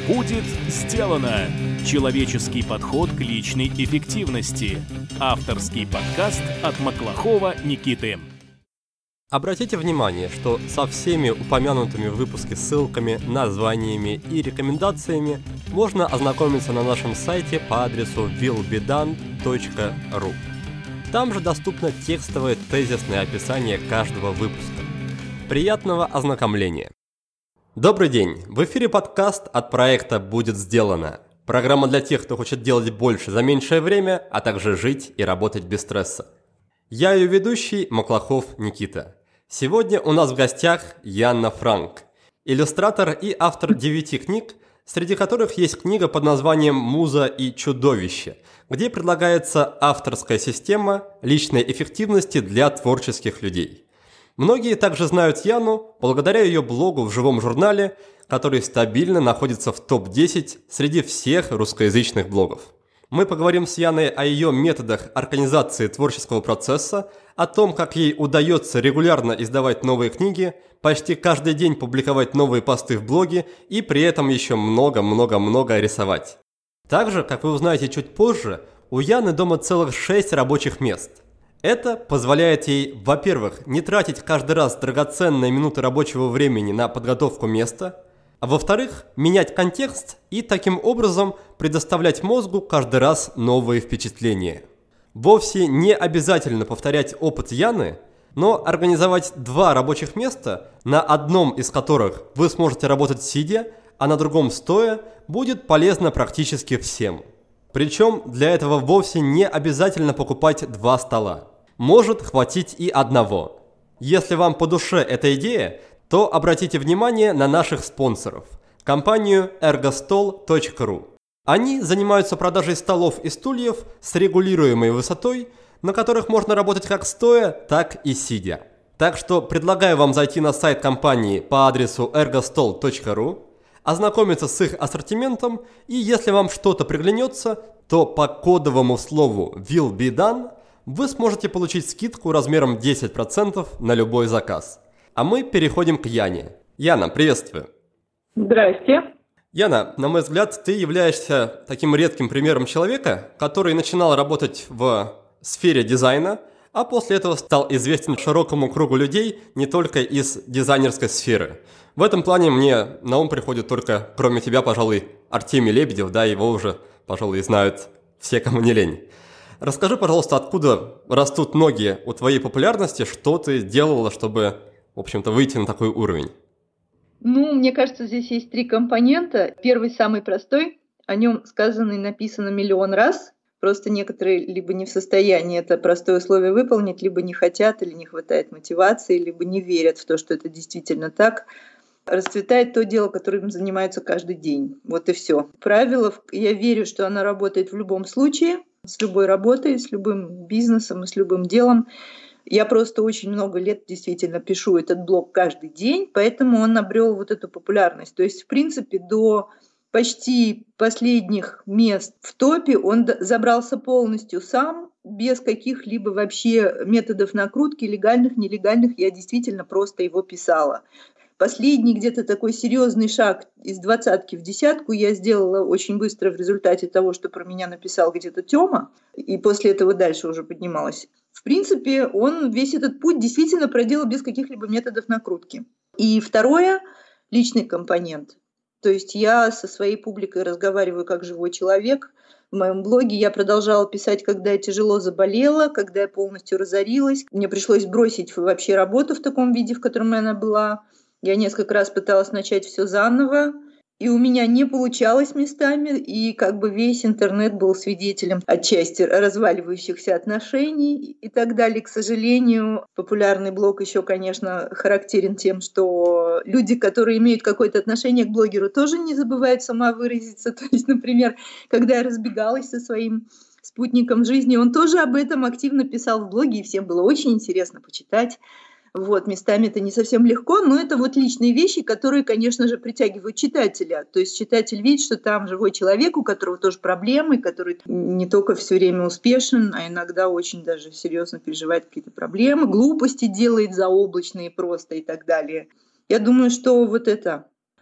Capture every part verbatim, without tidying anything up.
Будет сделано! Человеческий подход к личной эффективности. Авторский подкаст от Маклахова Никиты. Обратите внимание, что со всеми упомянутыми в выпуске ссылками, названиями и рекомендациями можно ознакомиться на нашем сайте по адресу will be done точка ru. Там же доступно текстовое тезисное описание каждого выпуска. Приятного ознакомления! Добрый день! В эфире подкаст от проекта «Будет сделано». Программа для тех, кто хочет делать больше за меньшее время, а также жить и работать без стресса. Я ее ведущий Маклахов Никита. Сегодня у нас в гостях Яна Франк, иллюстратор и автор девяти книг, среди которых есть книга под названием «Муза и чудовище», где предлагается авторская система личной эффективности для творческих людей. Многие также знают Яну благодаря ее блогу в живом журнале, который стабильно находится в топ десять среди всех русскоязычных блогов. Мы поговорим с Яной о ее методах организации творческого процесса, о том, как ей удается регулярно издавать новые книги, почти каждый день публиковать новые посты в блоге и при этом еще много-много-много рисовать. Также, как вы узнаете чуть позже, у Яны дома целых шесть рабочих мест. Это позволяет ей, во-первых, не тратить каждый раз драгоценные минуты рабочего времени на подготовку места, а во-вторых, менять контекст и таким образом предоставлять мозгу каждый раз новые впечатления. Вовсе не обязательно повторять опыт Яны, но организовать два рабочих места, на одном из которых вы сможете работать сидя, а на другом стоя, будет полезно практически всем. Причем для этого вовсе не обязательно покупать два стола. Может хватить и одного. Если вам по душе эта идея, то обратите внимание на наших спонсоров – компанию эргостол точка ру. Они занимаются продажей столов и стульев с регулируемой высотой, на которых можно работать как стоя, так и сидя. Так что предлагаю вам зайти на сайт компании по адресу эргостол точка ру, ознакомиться с их ассортиментом, и если вам что-то приглянется, то по кодовому слову will be done вы сможете получить скидку размером десять процентов на любой заказ. А мы переходим к Яне. Яна, приветствую. Здрасте. Яна, на мой взгляд, ты являешься таким редким примером человека, который начинал работать в сфере дизайна, а после этого стал известен широкому кругу людей не только из дизайнерской сферы. В этом плане мне на ум приходит только, кроме тебя, пожалуй, Артемий Лебедев, да, его уже, пожалуй, знают все, кому не лень. Расскажи, пожалуйста, откуда растут ноги у твоей популярности, что ты делала, чтобы, в общем-то, выйти на такой уровень? Ну, мне кажется, здесь есть три компонента. Первый, самый простой, о нем сказано и написано миллион раз. Просто некоторые либо не в состоянии это простое условие выполнить, либо не хотят, или не хватает мотивации, либо не верят в то, что это действительно так. Расцветает то дело, которым занимаются каждый день. Вот и все. Правило, я верю, что оно работает в любом случае, с любой работой, с любым бизнесом и с любым делом. Я просто очень много лет действительно пишу этот блог каждый день, поэтому он обрел вот эту популярность. То есть, в принципе, до почти последних мест в топе он забрался полностью сам, без каких-либо вообще методов накрутки, легальных, нелегальных. Я действительно просто его писала. Последний где-то такой серьезный шаг из двадцатки в десятку я сделала очень быстро в результате того, что про меня написал где-то Тёма, и после этого дальше уже поднималась. В принципе, он весь этот путь действительно проделал без каких-либо методов накрутки. И второе – личный компонент. То есть я со своей публикой разговариваю как живой человек. В моем блоге я продолжала писать, когда я тяжело заболела, когда я полностью разорилась. Мне пришлось бросить вообще работу в таком виде, в котором она была. Я несколько раз пыталась начать все заново, и у меня не получалось местами, и как бы весь интернет был свидетелем отчасти разваливающихся отношений и так далее. К сожалению, популярный блог еще, конечно, характерен тем, что люди, которые имеют какое-то отношение к блогеру, тоже не забывают самовыразиться. То есть, например, когда я разбегалась со своим спутником жизни, он тоже об этом активно писал в блоге, и всем было очень интересно почитать. Вот, местами это не совсем легко, но это вот личные вещи, которые, конечно же, притягивают читателя. То есть читатель видит, что там живой человек, у которого тоже проблемы, который не только все время успешен, а иногда очень даже серьезно переживает какие-то проблемы, глупости делает заоблачные просто и так далее. Я думаю, что вот это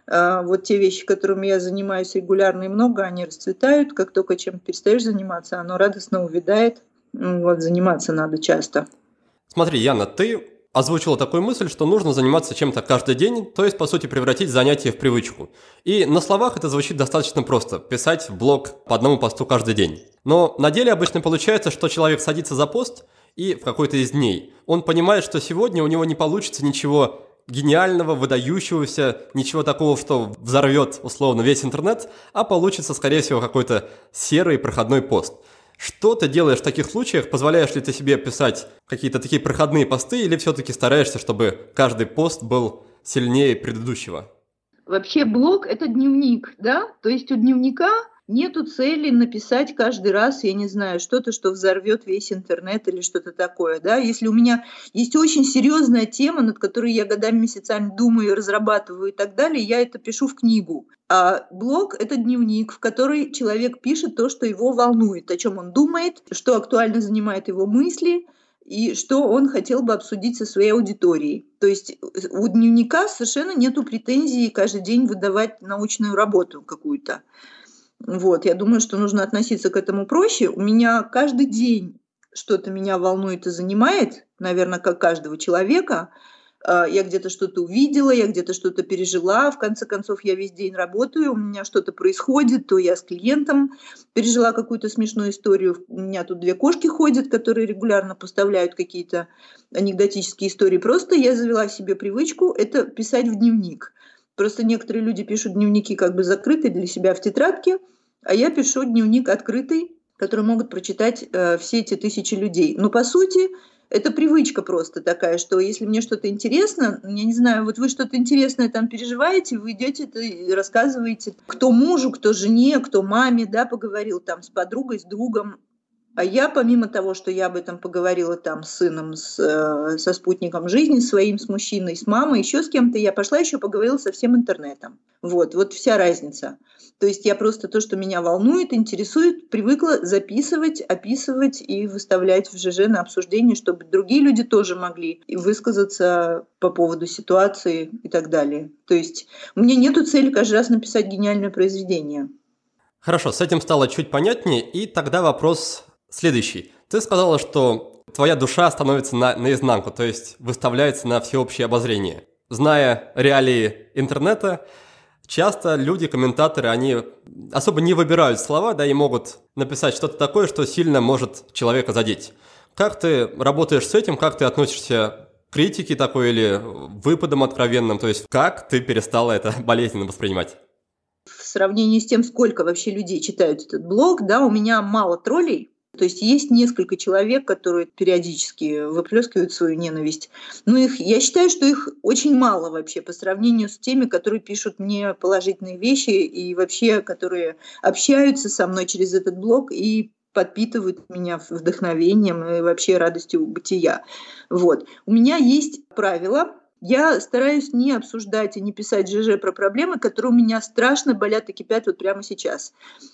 А вот те вещи, которыми я занимаюсь регулярно и много, они расцветают. Как только чем перестаешь заниматься, оно радостно увядает. Вот, заниматься надо часто. Смотри, Яна, ты озвучила такую мысль, что нужно заниматься чем-то каждый день, то есть, по сути, превратить занятие в привычку. И на словах это звучит достаточно просто – писать в блог по одному посту каждый день. Но на деле обычно получается, что человек садится за пост, и в какой-то из дней он понимает, что сегодня у него не получится ничего гениального, выдающегося, ничего такого, что взорвет условно весь интернет, а получится, скорее всего, какой-то серый проходной пост. Что ты делаешь в таких случаях? Позволяешь ли ты себе писать какие-то такие проходные посты или все-таки стараешься, чтобы каждый пост был сильнее предыдущего? Вообще блог – это дневник, да? То есть у дневника нету цели написать каждый раз, я не знаю, что-то, что взорвет весь интернет или что-то такое, да? Если у меня есть очень серьезная тема, над которой я годами, месяцами думаю, разрабатываю и так далее, я это пишу в книгу. А блог – это дневник, в который человек пишет то, что его волнует, о чем он думает, что актуально занимает его мысли и что он хотел бы обсудить со своей аудиторией. То есть у дневника совершенно нету претензий каждый день выдавать научную работу какую-то. Вот, я думаю, что нужно относиться к этому проще. У меня каждый день что-то меня волнует и занимает, наверное, как каждого человека. Я где-то что-то увидела, я где-то что-то пережила. В конце концов, я весь день работаю, у меня что-то происходит, то я с клиентом пережила какую-то смешную историю. У меня тут две кошки ходят, которые регулярно поставляют какие-то анекдотические истории. Просто я завела себе привычку это писать в дневник. Просто некоторые люди пишут дневники как бы закрытые для себя в тетрадке, а я пишу дневник открытый, который могут прочитать э, все эти тысячи людей. Но по сути это привычка просто такая, что если мне что-то интересно, я не знаю, вот вы что-то интересное там переживаете, вы идете и рассказываете, кто мужу, кто жене, кто маме, да, поговорил там с подругой, с другом. А я, помимо того, что я об этом поговорила там с сыном, с, э, со спутником жизни своим, с мужчиной, с мамой, еще с кем-то, я пошла еще поговорила со всем интернетом. Вот, вот вся разница. То есть я просто то, что меня волнует, интересует, привыкла записывать, описывать и выставлять в ЖЖ на обсуждение, чтобы другие люди тоже могли высказаться по поводу ситуации и так далее. То есть у меня нету цели каждый раз написать гениальное произведение. Хорошо, с этим стало чуть понятнее, и тогда вопрос следующий. Ты сказала, что твоя душа становится на, наизнанку, то есть выставляется на всеобщее обозрение. Зная реалии интернета, часто люди, комментаторы, они особо не выбирают слова, да, и могут написать что-то такое, что сильно может человека задеть. Как ты работаешь с этим, как ты относишься к критике такой или выпадам откровенным, то есть как ты перестала это болезненно воспринимать? В сравнении с тем, сколько вообще людей читают этот блог, да, у меня мало троллей. То есть есть несколько человек, которые периодически выплескивают свою ненависть. Но их, я считаю, что их очень мало вообще по сравнению с теми, которые пишут мне положительные вещи и вообще, которые общаются со мной через этот блог и подпитывают меня вдохновением и вообще радостью бытия. Вот. У меня есть правило. Я стараюсь не обсуждать и не писать ЖЖ про проблемы, которые у меня страшно болят и кипят вот прямо сейчас.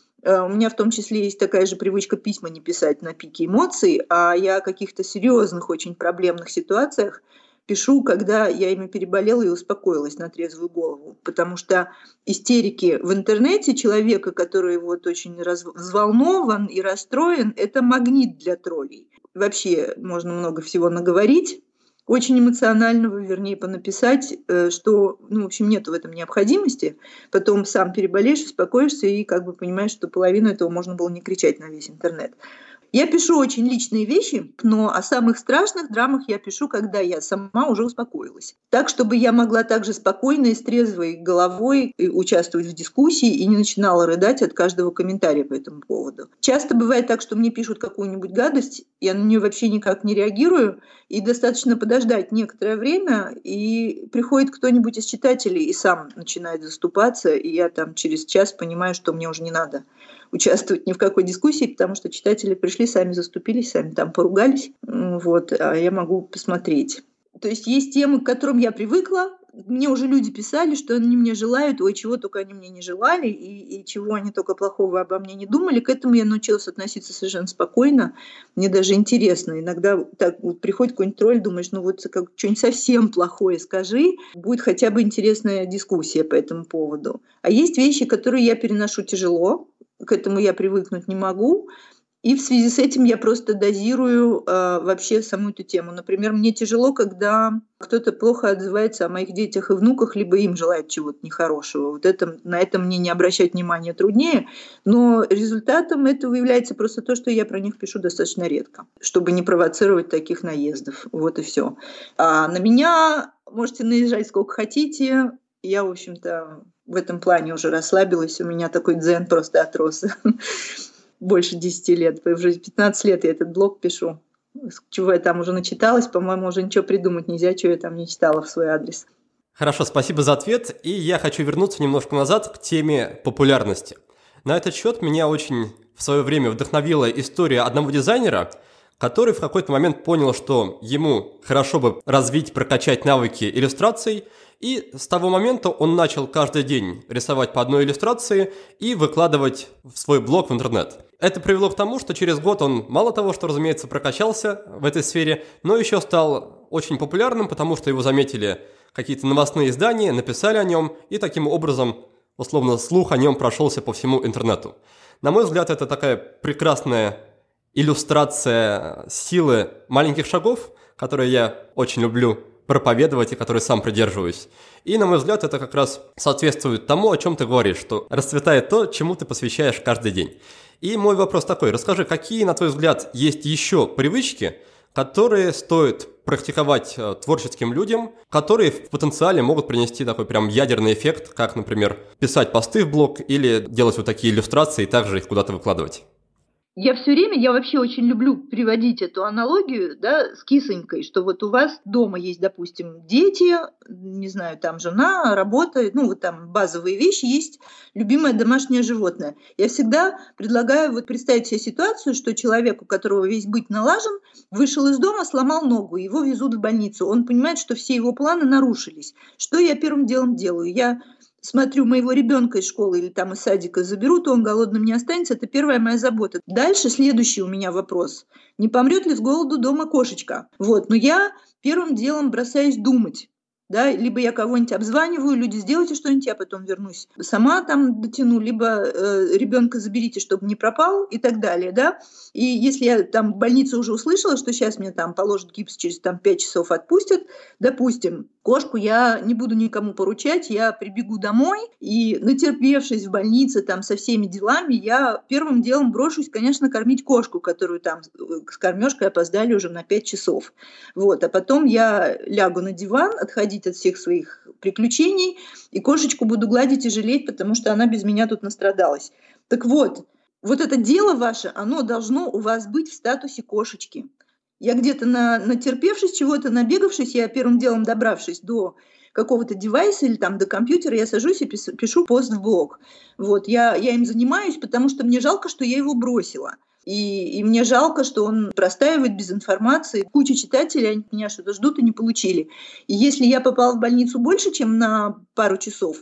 У меня в том числе есть такая же привычка письма не писать на пике эмоций, а я о каких-то серьезных, очень проблемных ситуациях пишу, когда я ими переболела и успокоилась на трезвую голову. Потому что истерики в интернете человека, который вот очень раз... взволнован и расстроен, это магнит для троллей. Вообще можно много всего наговорить. Очень эмоционального, вернее, понаписать, что, ну, в общем, нет в этом необходимости. Потом сам переболеешь, успокоишься и как бы понимаешь, что половину этого можно было не кричать на весь интернет. Я пишу очень личные вещи, но о самых страшных драмах я пишу, когда я сама уже успокоилась. Так, чтобы я могла также спокойно и с трезвой головой участвовать в дискуссии и не начинала рыдать от каждого комментария по этому поводу. Часто бывает так, что мне пишут какую-нибудь гадость, я на нее вообще никак не реагирую, и достаточно подождать некоторое время, и приходит кто-нибудь из читателей и сам начинает заступаться, и я там через час понимаю, что мне уже не надо участвовать ни в какой дискуссии, потому что читатели пришли, сами заступились, сами там поругались, вот, а я могу посмотреть. То есть есть темы, к которым я привыкла, мне уже люди писали, что они мне желают, ой, чего только они мне не желали, и, и чего они только плохого обо мне не думали. К этому я научилась относиться совершенно спокойно. Мне даже интересно. Иногда так вот приходит какой-нибудь тролль, думаешь, ну вот как что-нибудь совсем плохое скажи, будет хотя бы интересная дискуссия по этому поводу. А есть вещи, которые я переношу тяжело, к этому я привыкнуть не могу. И в связи с этим я просто дозирую э, вообще саму эту тему. Например, мне тяжело, когда кто-то плохо отзывается о моих детях и внуках, либо им желает чего-то нехорошего. Вот это, на это мне не обращать внимания труднее. Но результатом этого является просто то, что я про них пишу достаточно редко, чтобы не провоцировать таких наездов. Вот и все. А на меня можете наезжать сколько хотите. Я, в общем-то, в этом плане уже расслабилась. У меня такой дзен просто отрос. Больше десяти лет, уже пятнадцать лет я этот блог пишу. Чего я там уже начиталась, по-моему, уже ничего придумать нельзя, чего я там не читала в свой адрес. Хорошо, спасибо за ответ. И я хочу вернуться немножко назад к теме популярности. На этот счет меня очень в свое время вдохновила история одного дизайнера, который в какой-то момент понял, что ему хорошо бы развить, прокачать навыки иллюстраций, и с того момента он начал каждый день рисовать по одной иллюстрации и выкладывать в свой блог в интернет. Это привело к тому, что через год он мало того, что, разумеется, прокачался в этой сфере, но еще стал очень популярным, потому что его заметили какие-то новостные издания, написали о нем, и таким образом, условно, слух о нем прошелся по всему интернету. На мой взгляд, это такая прекрасная иллюстрация силы маленьких шагов, которые я очень люблю проповедовать и которой сам придерживаюсь. И, на мой взгляд, это как раз соответствует тому, о чем ты говоришь, что расцветает то, чему ты посвящаешь каждый день. И мой вопрос такой: расскажи, какие, на твой взгляд, есть еще привычки, которые стоит практиковать э, творческим людям, которые в потенциале могут принести такой прям ядерный эффект, как, например, писать посты в блог или делать вот такие иллюстрации и также их куда-то выкладывать? Я все время, я вообще очень люблю приводить эту аналогию, да, с кисонькой, что вот у вас дома есть, допустим, дети, не знаю, там жена, работа, ну вот там базовые вещи, есть любимое домашнее животное. Я всегда предлагаю вот представить себе ситуацию, что человек, у которого весь быт налажен, вышел из дома, сломал ногу, его везут в больницу. Он понимает, что все его планы нарушились. Что я первым делом делаю? Я смотрю, моего ребенка из школы или там из садика заберут, он голодным не останется. Это первая моя забота. Дальше следующий у меня вопрос. Не помрет ли с голоду дома кошечка? Вот. Но я первым делом бросаюсь думать. Да, либо я кого-нибудь обзваниваю, люди, сделайте что-нибудь, я потом вернусь. Сама там дотяну, либо э, ребенка заберите, чтобы не пропал и так далее, да. И если я там в больнице уже услышала, что сейчас мне там положат гипс, через там пять часов отпустят, допустим, кошку я не буду никому поручать, я прибегу домой и, натерпевшись в больнице там со всеми делами, я первым делом брошусь, конечно, кормить кошку, которую там с кормежкой опоздали уже на пять часов. Вот, а потом я лягу на диван, отходить от всех своих приключений, и кошечку буду гладить и жалеть, потому что она без меня тут настрадалась. Так вот, вот это дело ваше, оно должно у вас быть в статусе кошечки. Я где-то на, натерпевшись чего-то, набегавшись, я первым делом добравшись до какого-то девайса или там до компьютера, я сажусь и пишу, пишу пост в блог. Вот, я, я им занимаюсь, потому что мне жалко, что я его бросила. И, и мне жалко, что он простаивает без информации. Куча читателей, они меня что-то ждут и не получили. И если я попала в больницу больше, чем на пару часов,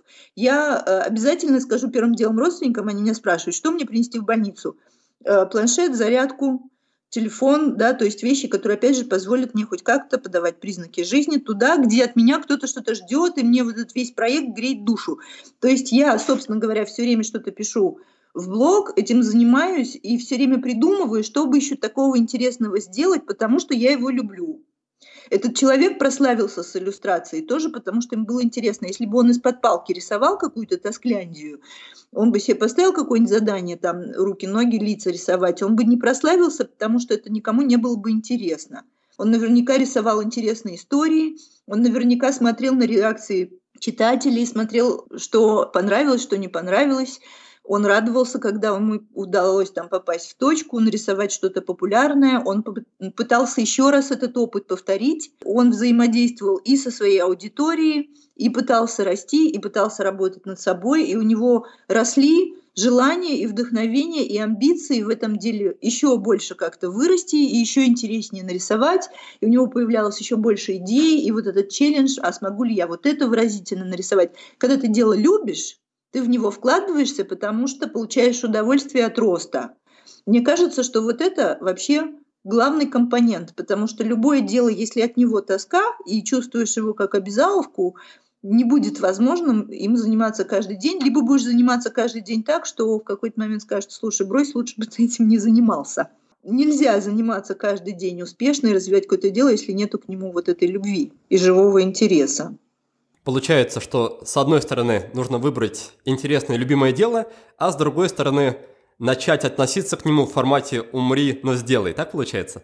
я э, обязательно скажу первым делом родственникам, они меня спрашивают, что мне принести в больницу? Э, планшет, зарядку, телефон, да, то есть вещи, которые, опять же, позволят мне хоть как-то подавать признаки жизни туда, где от меня кто-то что-то ждет, и мне вот этот весь проект греет душу. То есть я, собственно говоря, все время что-то пишу в блог, этим занимаюсь и все время придумываю, что бы еще такого интересного сделать, потому что я его люблю. Этот человек прославился с иллюстрацией тоже потому, что ему было интересно. Если бы он из-под палки рисовал какую-то тоскляндию, он бы себе поставил какое-нибудь задание, там, руки, ноги, лица рисовать, он бы не прославился, потому что это никому не было бы интересно. Он наверняка рисовал интересные истории, он наверняка смотрел на реакции читателей, смотрел, что понравилось, что не понравилось. Он радовался, когда ему удалось там попасть в точку, нарисовать что-то популярное. Он пытался еще раз этот опыт повторить. Он взаимодействовал и со своей аудиторией, и пытался расти, и пытался работать над собой. И у него росли желание и вдохновение, и амбиции в этом деле еще больше как-то вырасти, и еще интереснее нарисовать, и у него появлялось еще больше идей, и вот этот челлендж, а смогу ли я вот это выразительно нарисовать. Когда ты дело любишь, ты в него вкладываешься, потому что получаешь удовольствие от роста. Мне кажется, что вот это вообще главный компонент, потому что любое дело, если от него тоска, и чувствуешь его как обязаловку, не будет возможным им заниматься каждый день, либо будешь заниматься каждый день так, что в какой-то момент скажешь: слушай, брось, лучше бы ты этим не занимался. Нельзя заниматься каждый день успешно и развивать какое-то дело, если нету к нему вот этой любви и живого интереса. Получается, что с одной стороны нужно выбрать интересное любимое дело, а с другой стороны начать относиться к нему в формате «умри, но сделай». Так получается?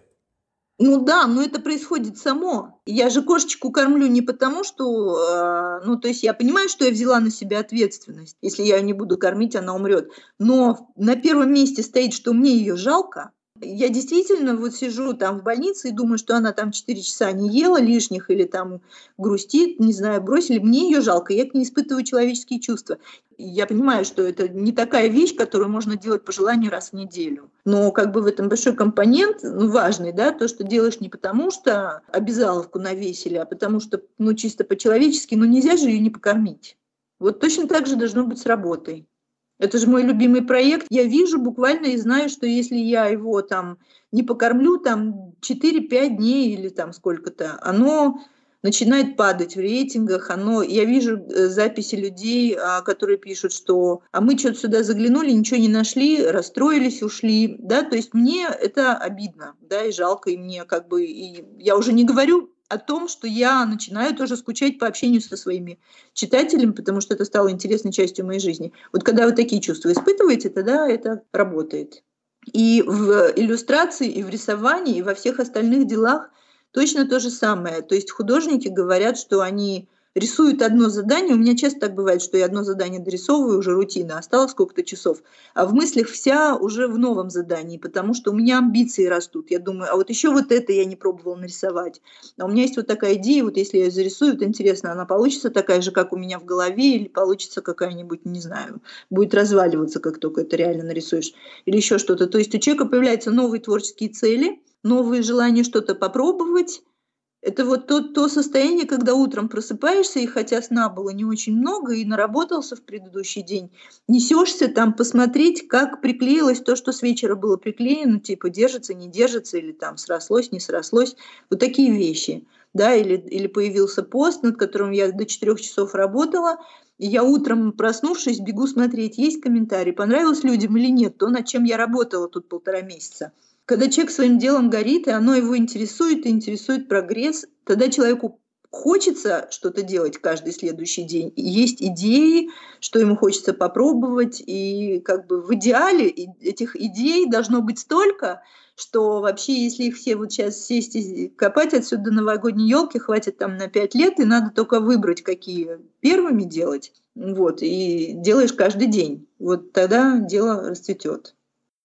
Ну да, но это происходит само. Я же кошечку кормлю не потому, что... Э, ну, то есть я понимаю, что я взяла на себя ответственность. Если я ее не буду кормить, она умрет. Но на первом месте стоит, что мне ее жалко. Я действительно вот сижу там в больнице и думаю, что она там четыре часа не ела лишних или там грустит, не знаю, бросили. Мне ее жалко, я к ней испытываю человеческие чувства. Я понимаю, что это не такая вещь, которую можно делать по желанию раз в неделю. Но как бы в этом большой компонент, ну, важный, да, то, что делаешь не потому, что обязаловку навесили, а потому что, ну, чисто по-человечески, ну, нельзя же ее не покормить. Вот точно так же должно быть с работой. Это же мой любимый проект. Я вижу буквально и знаю, что если я его там не покормлю там четыре-пять дней или там сколько-то, оно начинает падать в рейтингах. Оно, я вижу записи людей, которые пишут, что а мы что-то сюда заглянули, ничего не нашли, расстроились, ушли. Да? То есть мне это обидно, да, и жалко, и мне как бы... И я уже не говорю о том, что я начинаю тоже скучать по общению со своими читателями, потому что это стало интересной частью моей жизни. Вот когда вы такие чувства испытываете, тогда это работает. И в иллюстрации, и в рисовании, и во всех остальных делах точно то же самое. То есть художники говорят, что они рисуют одно задание. У меня часто так бывает, что я одно задание дорисовываю, уже рутина, осталось сколько-то часов, а в мыслях вся уже в новом задании, потому что у меня амбиции растут. Я думаю, а вот еще вот это я не пробовала нарисовать. А у меня есть вот такая идея, вот если я ее зарисую, то интересно, она получится такая же, как у меня в голове, или получится какая-нибудь, не знаю, будет разваливаться, как только это реально нарисуешь, или еще что-то. То есть у человека появляются новые творческие цели, новые желания что-то попробовать. Это вот то, то состояние, когда утром просыпаешься, и хотя сна было не очень много, и наработался в предыдущий день, несешься там посмотреть, как приклеилось то, что с вечера было приклеено, типа держится, не держится, или там срослось, не срослось. Вот такие вещи. Да, или, или появился пост, над которым я до четырех часов работала, и я утром, проснувшись, бегу смотреть, есть комментарий, понравилось людям или нет, то, над чем я работала тут полтора месяца. Когда человек своим делом горит, и оно его интересует, и интересует прогресс, тогда человеку хочется что-то делать каждый следующий день. И есть идеи, что ему хочется попробовать. И как бы в идеале этих идей должно быть столько, что вообще, если их все вот сейчас сесть и копать отсюда новогодней елки, хватит там на пять лет, и надо только выбрать, какие первыми делать. Вот, и делаешь каждый день. Вот тогда дело расцветет.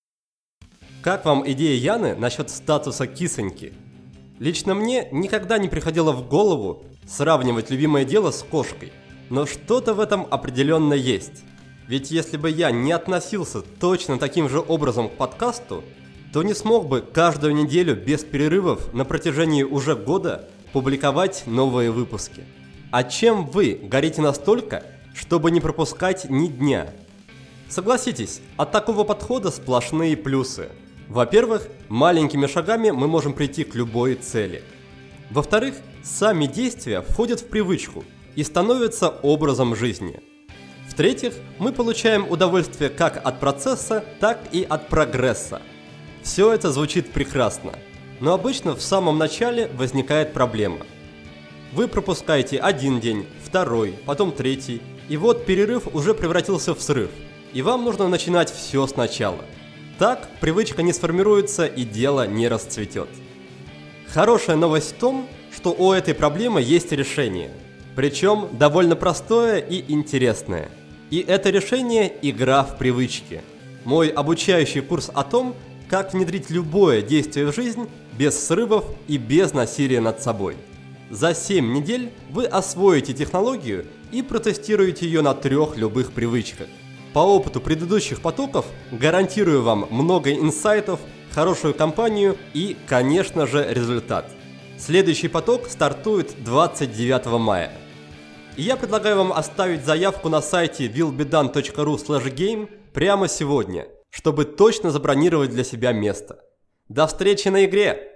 Как вам идея Яны насчет статуса кисоньки? Лично мне никогда не приходило в голову сравнивать любимое дело с кошкой, но что-то в этом определенно есть. Ведь если бы я не относился точно таким же образом к подкасту, то не смог бы каждую неделю без перерывов на протяжении уже года публиковать новые выпуски. А чем вы горите настолько, чтобы не пропускать ни дня? Согласитесь, от такого подхода сплошные плюсы. Во-первых, маленькими шагами мы можем прийти к любой цели. Во-вторых, сами действия входят в привычку и становятся образом жизни. В-третьих, мы получаем удовольствие как от процесса, так и от прогресса. Все это звучит прекрасно, но обычно в самом начале возникает проблема. Вы пропускаете один день, второй, потом третий, и вот перерыв уже превратился в срыв, и вам нужно начинать все сначала. Так привычка не сформируется и дело не расцветет. Хорошая новость в том, что у этой проблемы есть решение, причем довольно простое и интересное. И это решение – игра в привычки. Мой обучающий курс о том, как внедрить любое действие в жизнь без срывов и без насилия над собой. За семь недель вы освоите технологию и протестируете ее на трех любых привычках. По опыту предыдущих потоков гарантирую вам много инсайтов, хорошую компанию и, конечно же, результат. Следующий поток стартует двадцать девятого мая. И я предлагаю вам оставить заявку на сайте willbedan точка ру слэш гейм прямо сегодня, чтобы точно забронировать для себя место. До встречи на игре!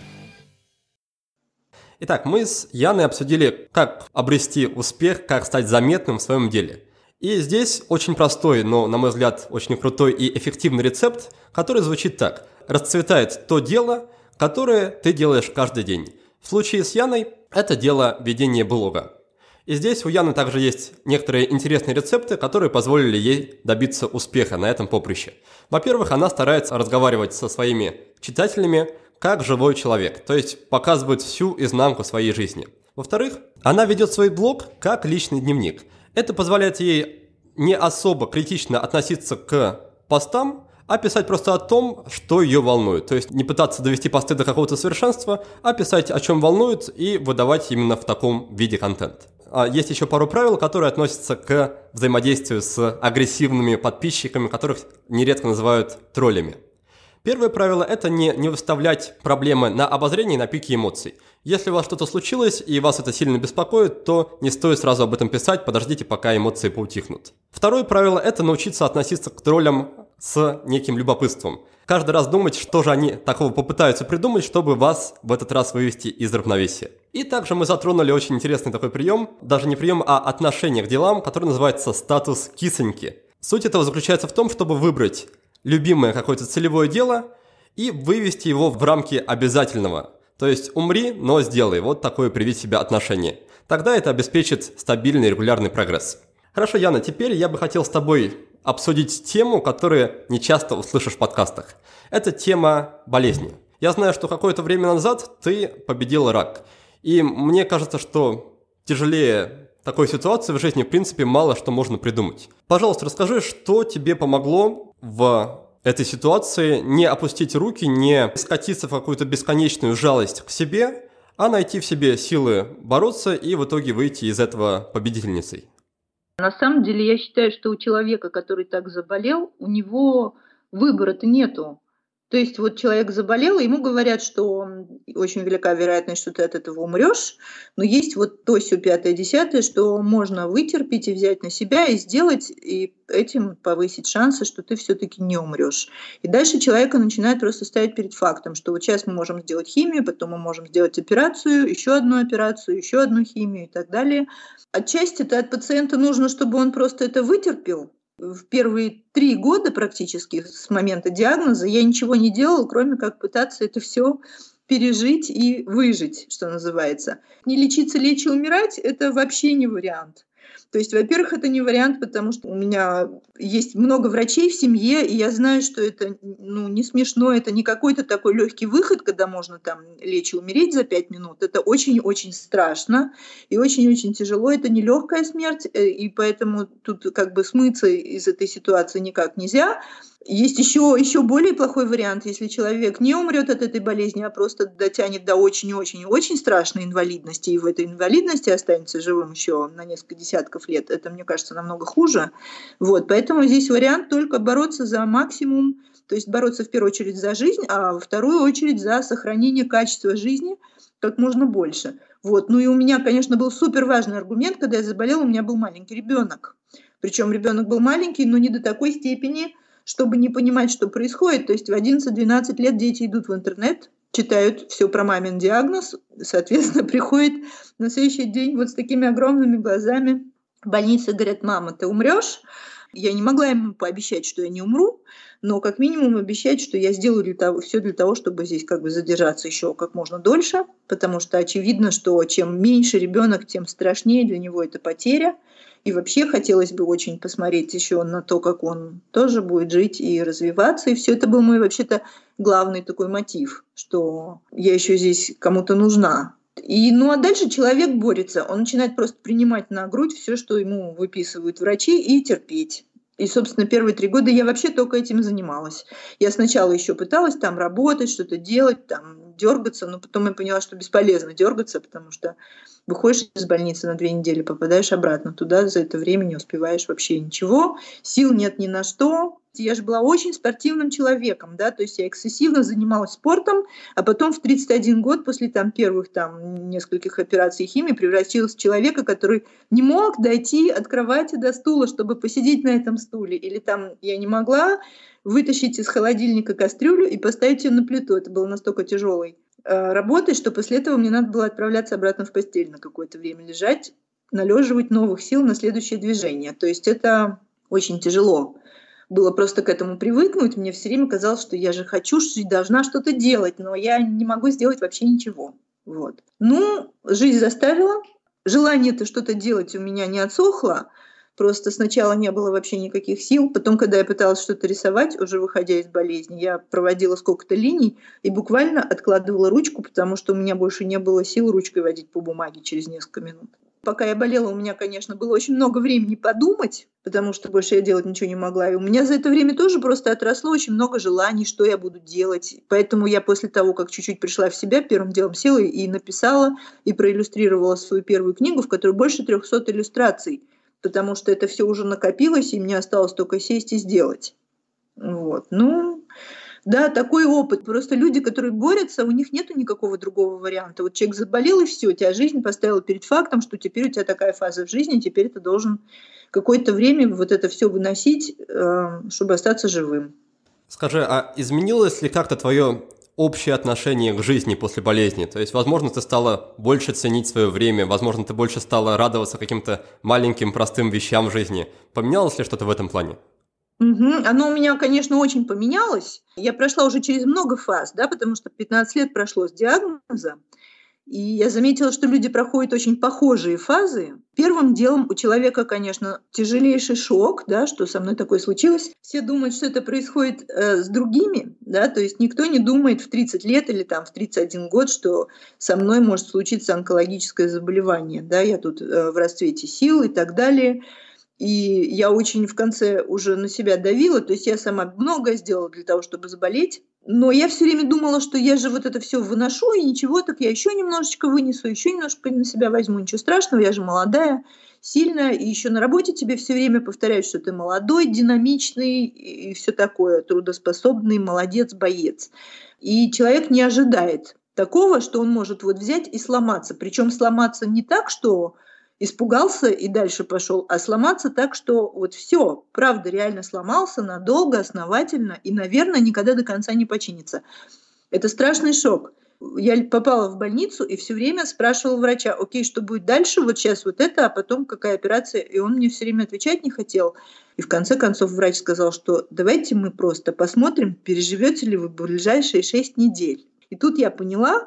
Итак, мы с Яной обсудили, как обрести успех, как стать заметным в своем деле. И здесь очень простой, но, на мой взгляд, очень крутой и эффективный рецепт, который звучит так. Расцветает то дело, которое ты делаешь каждый день. В случае с Яной это дело ведения блога. И здесь у Яны также есть некоторые интересные рецепты, которые позволили ей добиться успеха на этом поприще. Во-первых, она старается разговаривать со своими читателями как живой человек, то есть показывает всю изнанку своей жизни. Во-вторых, она ведет свой блог как личный дневник. Это позволяет ей не особо критично относиться к постам, а писать просто о том, что ее волнует. То есть не пытаться довести посты до какого-то совершенства, а писать, о чем волнует, и выдавать именно в таком виде контент. Есть еще пару правил, которые относятся к взаимодействию с агрессивными подписчиками, которых нередко называют троллями. Первое правило – это не, не выставлять проблемы на обозрение и на пике эмоций. Если у вас что-то случилось и вас это сильно беспокоит, то не стоит сразу об этом писать, подождите, пока эмоции поутихнут. Второе правило – это научиться относиться к троллям с неким любопытством. Каждый раз думать, что же они такого попытаются придумать, чтобы вас в этот раз вывести из равновесия. И также мы затронули очень интересный такой прием, даже не прием, а отношение к делам, который называется статус кисоньки. Суть этого заключается в том, чтобы выбрать любимое какое-то целевое дело и вывести его в рамки обязательного. То есть умри, но сделай. Вот такое привить себе отношение. Тогда это обеспечит стабильный и регулярный прогресс. Хорошо, Яна, теперь я бы хотел с тобой обсудить тему, которую не часто услышишь в подкастах. Это тема болезни. Я знаю, что какое-то время назад ты победил рак. И мне кажется, что тяжелее такой ситуации в жизни, в принципе, мало что можно придумать. Пожалуйста, расскажи, что тебе помогло в этой ситуации не опустить руки, не скатиться в какую-то бесконечную жалость к себе, а найти в себе силы бороться и в итоге выйти из этого победительницей. На самом деле я считаю, что у человека, который так заболел, у него выбора-то нету. То есть вот человек заболел, и ему говорят, что очень велика вероятность, что ты от этого умрешь, но есть вот то, сё, пятое, десятое, что можно вытерпеть и взять на себя и сделать, и этим повысить шансы, что ты все-таки не умрешь. И дальше человека начинает просто ставить перед фактом, что вот сейчас мы можем сделать химию, потом мы можем сделать операцию, еще одну операцию, еще одну химию и так далее. Отчасти-то от пациента нужно, чтобы он просто это вытерпел. В первые три года практически с момента диагноза я ничего не делала, кроме как пытаться это все пережить и выжить, что называется. Не лечиться, лечь и умирать – это вообще не вариант. То есть, во-первых, это не вариант, потому что у меня есть много врачей в семье, и я знаю, что это ну, не смешно, это не какой-то такой легкий выход, когда можно там лечь и умереть за пять минут. Это очень-очень страшно и очень-очень тяжело. Это не легкая смерть, и поэтому тут как бы смыться из этой ситуации никак нельзя. Есть еще, еще более плохой вариант, если человек не умрет от этой болезни, а просто дотянет до очень-очень-очень страшной инвалидности, и в этой инвалидности останется живым еще на несколько десятков лет. Это, мне кажется, намного хуже. Вот, поэтому здесь вариант только бороться за максимум, то есть бороться в первую очередь за жизнь, а во вторую очередь за сохранение качества жизни как можно больше. Вот. Ну и у меня, конечно, был супер важный аргумент, когда я заболела, у меня был маленький ребенок. Причем ребенок был маленький, но не до такой степени, чтобы не понимать, что происходит. То есть в одиннадцать-двенадцать лет дети идут в интернет, читают все про мамин диагноз, соответственно, приходят на следующий день вот с такими огромными глазами в больнице и говорят: мама, ты умрешь? Я не могла ему пообещать, что я не умру, но как минимум обещать, что я сделаю для того, все для того, чтобы здесь как бы задержаться еще как можно дольше, потому что очевидно, что чем меньше ребенок, тем страшнее для него эта потеря. И вообще хотелось бы очень посмотреть еще на то, как он тоже будет жить и развиваться. И все это был мой вообще-то главный такой мотив, что я еще здесь кому-то нужна. И, ну а дальше человек борется, он начинает просто принимать на грудь все, что ему выписывают врачи, и терпеть. И, собственно, первые три года я вообще только этим занималась. Я сначала еще пыталась там работать, что-то делать, там, дергаться, но потом я поняла, что бесполезно дергаться, потому что выходишь из больницы на две недели, попадаешь обратно туда, за это время не успеваешь вообще ничего, сил нет ни на что. Я же была очень спортивным человеком, да, то есть я эксцессивно занималась спортом, а потом в тридцать один год после там первых там нескольких операций химии превратилась в человека, который не мог дойти от кровати до стула, чтобы посидеть на этом стуле, или там я не могла вытащить из холодильника кастрюлю и поставить ее на плиту, это было настолько тяжелой э, работой, что после этого мне надо было отправляться обратно в постель на какое-то время, лежать, належивать новых сил на следующее движение, то есть это очень тяжело. Было просто к этому привыкнуть. Мне все время казалось, что я же хочу, что должна что-то делать, но я не могу сделать вообще ничего. Вот. Ну, жизнь заставила. Желание-то что-то делать у меня не отсохло. Просто сначала не было вообще никаких сил. Потом, когда я пыталась что-то рисовать, уже выходя из болезни, я проводила сколько-то линий и буквально откладывала ручку, потому что у меня больше не было сил ручкой водить по бумаге через несколько минут. Пока я болела, у меня, конечно, было очень много времени подумать, потому что больше я делать ничего не могла. И у меня за это время тоже просто отросло очень много желаний, что я буду делать. Поэтому я после того, как чуть-чуть пришла в себя, первым делом села и написала, и проиллюстрировала свою первую книгу, в которой больше трехсот иллюстраций, потому что это все уже накопилось, и мне осталось только сесть и сделать. Вот. Ну... Да, такой опыт. Просто люди, которые борются, у них нету никакого другого варианта. Вот человек заболел, и все, тебя жизнь поставила перед фактом, что теперь у тебя такая фаза в жизни, теперь ты должен какое-то время вот это все выносить, чтобы остаться живым. Скажи, а изменилось ли как-то твое общее отношение к жизни после болезни? То есть, возможно, ты стала больше ценить свое время, возможно, ты больше стала радоваться каким-то маленьким простым вещам в жизни. Поменялось ли что-то в этом плане? Угу. Оно у меня, конечно, очень поменялось. Я прошла уже через много фаз, да, потому что пятнадцать лет прошло с диагноза, и я заметила, что люди проходят очень похожие фазы. Первым делом у человека, конечно, тяжелейший шок, да, что со мной такое случилось. Все думают, что это происходит э, с другими, да, то есть никто не думает в тридцать лет или там в тридцать один год, что со мной может случиться онкологическое заболевание, да, я тут э, в расцвете сил и так далее. И я очень в конце уже на себя давила, то есть я сама многое сделала для того, чтобы заболеть, но я все время думала, что я же вот это все выношу, и ничего, так я еще немножечко вынесу, еще немножко на себя возьму, ничего страшного, я же молодая, сильная, и еще на работе тебе все время повторяют, что ты молодой, динамичный и все такое, трудоспособный, молодец, боец. И человек не ожидает такого, что он может вот взять и сломаться, причем сломаться не так, что... испугался и дальше пошел, а сломаться так, что вот все, правда, реально сломался надолго, основательно и, наверное, никогда до конца не починится. Это страшный шок. Я попала в больницу и все время спрашивала врача, окей, что будет дальше, вот сейчас вот это, а потом какая операция, и он мне все время отвечать не хотел. И в конце концов врач сказал, что давайте мы просто посмотрим, переживете ли вы ближайшие шесть недель. И тут я поняла,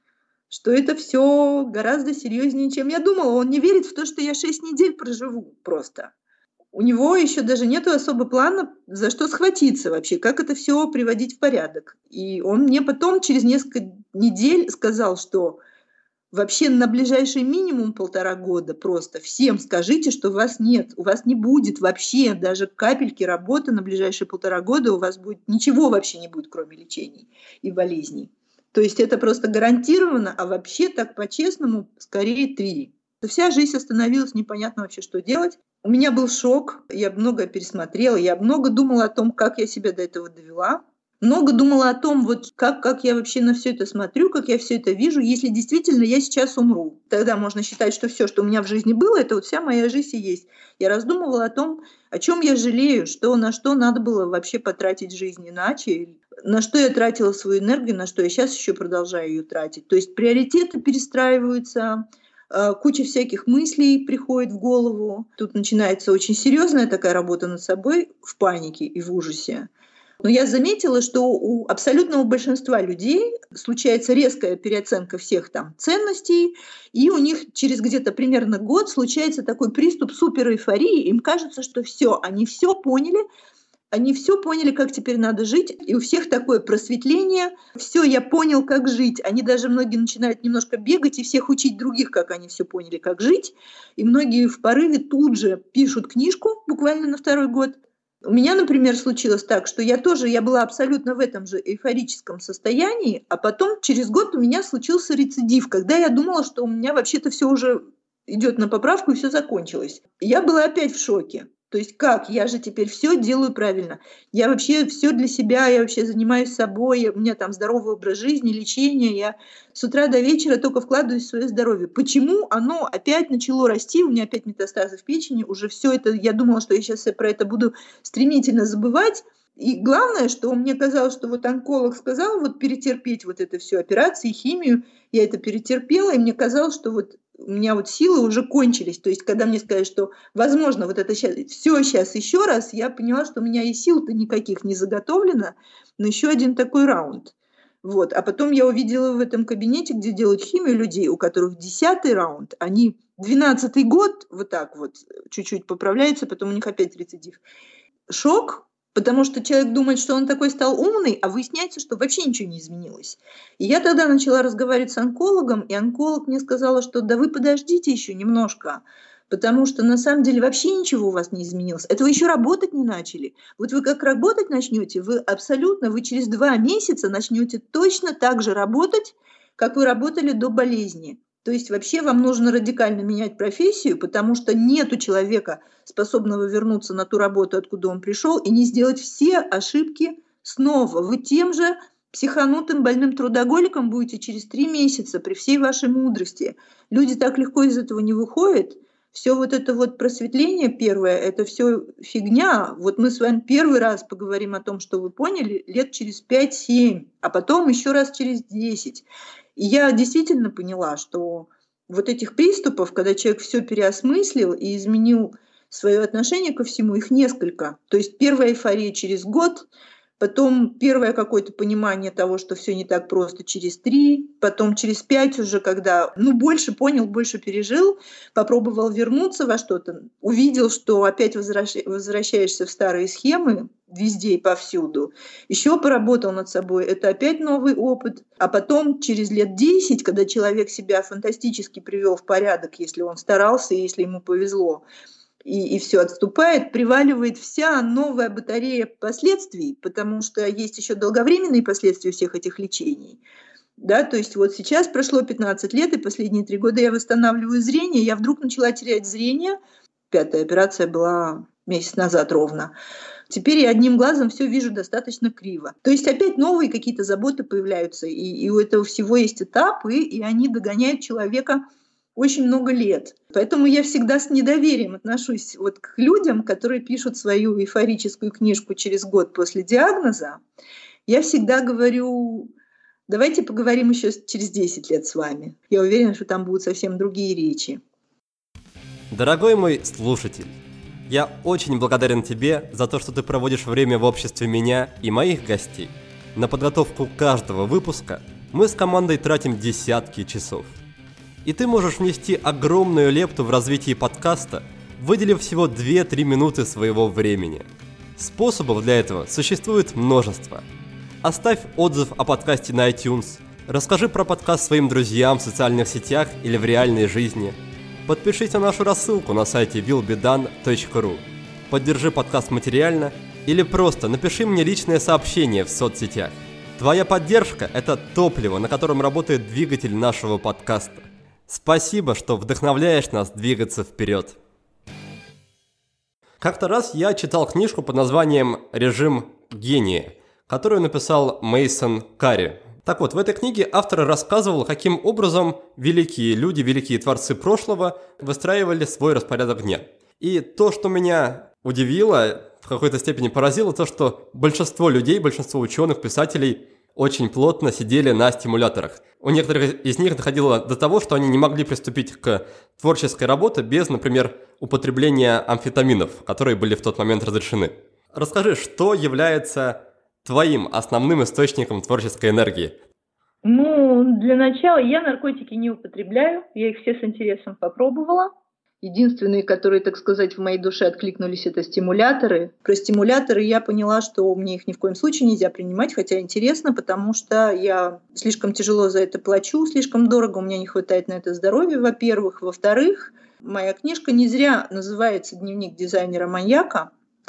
что это все гораздо серьезнее, чем я думала. Он не верит в то, что я шесть недель проживу просто. У него еще даже нет особо плана, за что схватиться вообще, как это все приводить в порядок. И он мне потом через несколько недель сказал, что вообще на ближайший минимум полтора года просто всем скажите, что вас нет, у вас не будет вообще даже капельки работы на ближайшие полтора года, у вас будет ничего вообще не будет, кроме лечений и болезней. То есть это просто гарантированно, а вообще так по-честному скорее три. Вся жизнь остановилась, непонятно вообще, что делать. У меня был шок, я многое пересмотрела, я много думала о том, как я себя до этого довела. Много думала о том, вот как, как я вообще на все это смотрю, как я все это вижу, если действительно я сейчас умру. Тогда можно считать, что все, что у меня в жизни было, это вот вся моя жизнь и есть. Я раздумывала о том, о чем я жалею, что, на что надо было вообще потратить жизнь иначе, на что я тратила свою энергию, на что я сейчас еще продолжаю ее тратить. То есть приоритеты перестраиваются, куча всяких мыслей приходит в голову. Тут начинается очень серьезная такая работа над собой в панике и в ужасе. Но я заметила, что у абсолютного большинства людей случается резкая переоценка всех там ценностей, и у них через где-то примерно год случается такой приступ суперэйфории. Им кажется, что все, они все поняли, они все поняли, как теперь надо жить, и у всех такое просветление. Все, я понял, как жить. Они даже многие начинают немножко бегать и всех учить других, как они все поняли, как жить. И многие в порыве тут же пишут книжку, буквально на второй год. У меня, например, случилось так, что я тоже, я была абсолютно в этом же эйфорическом состоянии, а потом через год у меня случился рецидив, когда я думала, что у меня вообще-то все уже идет на поправку и все закончилось. Я была опять в шоке. То есть как? Я же теперь все делаю правильно. Я вообще все для себя, я вообще занимаюсь собой, у меня там здоровый образ жизни, лечение. Я с утра до вечера только вкладываюсь в свое здоровье. Почему оно опять начало расти? У меня опять метастазы в печени. Уже все это, я думала, что я сейчас про это буду стремительно забывать. И главное, что мне казалось, что вот онколог сказал вот перетерпеть вот это все, операции, химию. Я это перетерпела, и мне казалось, что вот у меня вот силы уже кончились. То есть, когда мне сказали, что, возможно, вот это сейчас, все сейчас еще раз, я поняла, что у меня и сил-то никаких не заготовлено, но еще один такой раунд. Вот. А потом я увидела в этом кабинете, где делают химию людей, у которых десятый раунд, они двенадцатый год вот так вот чуть-чуть поправляются, потом у них опять рецидив. Шок. Потому что человек думает, что он такой стал умный, а выясняется, что вообще ничего не изменилось. И я тогда начала разговаривать с онкологом, и онколог мне сказала, что да вы подождите еще немножко, потому что на самом деле вообще ничего у вас не изменилось. Это вы еще работать не начали. Вот вы как работать начнете, вы абсолютно, вы через два месяца начнете точно так же работать, как вы работали до болезни. То есть вообще вам нужно радикально менять профессию, потому что нет у человека, способного вернуться на ту работу, откуда он пришел, и не сделать все ошибки снова. Вы тем же психанутым больным трудоголиком будете через три месяца при всей вашей мудрости. Люди так легко из этого не выходят. Все вот это вот просветление первое, это все фигня. Вот мы с вами первый раз поговорим о том, что вы поняли, лет через пять-семь, а потом еще раз через десять. И я действительно поняла, что вот этих приступов, когда человек все переосмыслил и изменил свое отношение ко всему, их несколько. То есть первая эйфория через год, потом первое какое-то понимание того, что все не так просто через три, потом через пять уже, когда ну, больше понял, больше пережил, попробовал вернуться во что-то, увидел, что опять возвращ... возвращаешься в старые схемы везде и повсюду, еще поработал над собой, это опять новый опыт, а потом через лет десять, когда человек себя фантастически привел в порядок, если он старался и если ему повезло, И, и все отступает, приваливает вся новая батарея последствий, потому что есть еще долговременные последствия всех этих лечений. Да, то есть вот сейчас прошло пятнадцать лет, и последние три года я восстанавливаю зрение, я вдруг начала терять зрение. Пятая операция была месяц назад ровно. Теперь я одним глазом все вижу достаточно криво. То есть опять новые какие-то заботы появляются, и, и у этого всего есть этапы, и они догоняют человека очень много лет. Поэтому я всегда с недоверием отношусь вот к людям, которые пишут свою эйфорическую книжку через год после диагноза. Я всегда говорю, давайте поговорим еще через десять лет с вами. Я уверена, что там будут совсем другие речи. Дорогой мой слушатель, я очень благодарен тебе за то, что ты проводишь время в обществе меня и моих гостей. На подготовку каждого выпуска мы с командой тратим десятки часов. И ты можешь внести огромную лепту в развитие подкаста, выделив всего две-три минуты своего времени. Способов для этого существует множество. Оставь отзыв о подкасте на iTunes, расскажи про подкаст своим друзьям в социальных сетях или в реальной жизни. Подпишись на нашу рассылку на сайте вилл би дан точка ру, поддержи подкаст материально или просто напиши мне личное сообщение в соцсетях. Твоя поддержка – это топливо, на котором работает двигатель нашего подкаста. Спасибо, что вдохновляешь нас двигаться вперед. Как-то раз я читал книжку под названием «Режим гения», которую написал Мейсон Карри. Так вот, в этой книге автор рассказывал, каким образом великие люди, великие творцы прошлого выстраивали свой распорядок дня. И то, что меня удивило, в какой-то степени поразило, то, что большинство людей, большинство ученых, писателей очень плотно сидели на стимуляторах. У некоторых из них доходило до того, что они не могли приступить к творческой работе без, например, употребления амфетаминов, которые были в тот момент разрешены. Расскажи, что является твоим основным источником творческой энергии? Ну, для начала я наркотики не употребляю, я их все с интересом попробовала. Единственные, которые, так сказать, в моей душе откликнулись, это стимуляторы. Про стимуляторы я поняла, что мне их ни в коем случае нельзя принимать, хотя интересно, потому что я слишком тяжело за это плачу, слишком дорого, у меня не хватает на это здоровья, во-первых. Во-вторых, моя книжка не зря называется «Дневник дизайнера-маньяка».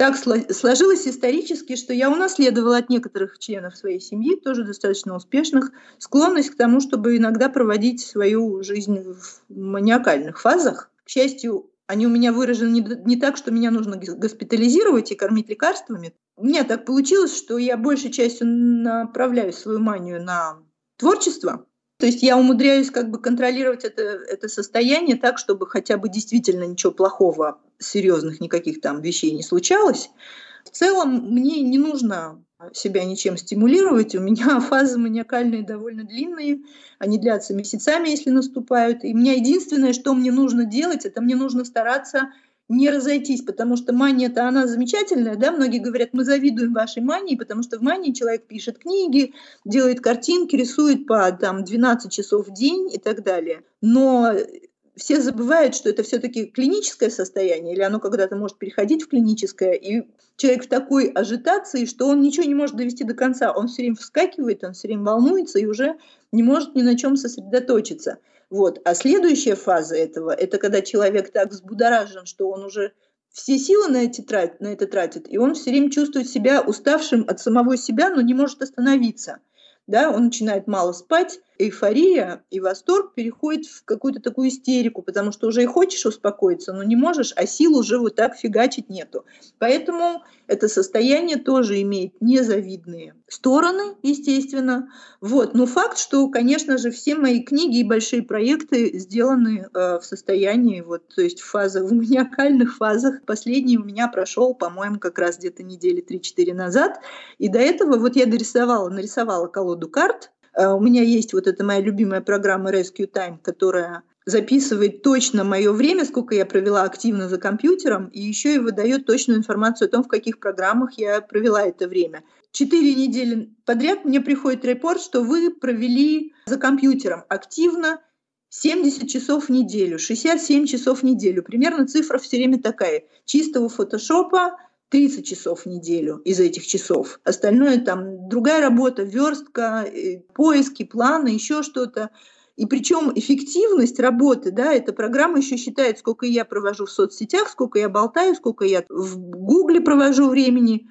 так сложилось исторически, что я унаследовала от некоторых членов своей семьи, тоже достаточно успешных, склонность к тому, чтобы иногда проводить свою жизнь в маниакальных фазах. К счастью, они у меня выражены не, не так, что меня нужно госпитализировать и кормить лекарствами. У меня так получилось, что я большей частью направляю свою манию на творчество. То есть я умудряюсь как бы контролировать это, это состояние так, чтобы хотя бы действительно ничего плохого, серьезных никаких там вещей не случалось. В целом мне не нужно себя ничем стимулировать. У меня фазы маниакальные довольно длинные, они длятся месяцами, если наступают. И у меня единственное, что мне нужно делать, это мне нужно стараться не разойтись, потому что мания-то она замечательная, да, многие говорят, мы завидуем вашей мании, потому что в мании человек пишет книги, делает картинки, рисует по там, двенадцать часов в день и так далее. Но все забывают, что это все-таки клиническое состояние, или оно когда-то может переходить в клиническое, и человек в такой ажитации, что он ничего не может довести до конца, он все время вскакивает, он все время волнуется и уже не может ни на чем сосредоточиться. Вот. А следующая фаза этого, это когда человек так взбудоражен, что он уже все силы на, эти трат, на это тратит, и он все время чувствует себя уставшим от самого себя, но не может остановиться. Да, он начинает мало спать, эйфория и восторг переходит в какую-то такую истерику, потому что уже и хочешь успокоиться, но не можешь, а сил уже вот так фигачить нету. Поэтому это состояние тоже имеет незавидные стороны, естественно. Вот. Но факт, что, конечно же, все мои книги и большие проекты сделаны э, в состоянии, вот, то есть в фазах, в маниакальных фазах. Последний у меня прошел, по-моему, как раз где-то недели три-четыре назад. И до этого вот я дорисовала, нарисовала колоду карт. Uh, у меня есть вот эта моя любимая программа Rescue Time, которая записывает точно мое время, сколько я провела активно за компьютером, и еще и выдает точную информацию о том, в каких программах я провела это время. Четыре недели подряд мне приходит репорт, что вы провели за компьютером активно семьдесят часов в неделю, шестьдесят семь часов в неделю. Примерно цифра все время такая. Чистого фотошопа тридцать часов в неделю из этих часов. Остальное там другая работа, верстка, поиски, планы, еще что-то. И причем эффективность работы, да, эта программа еще считает, сколько я провожу в соцсетях, сколько я болтаю, сколько я в Гугле провожу времени.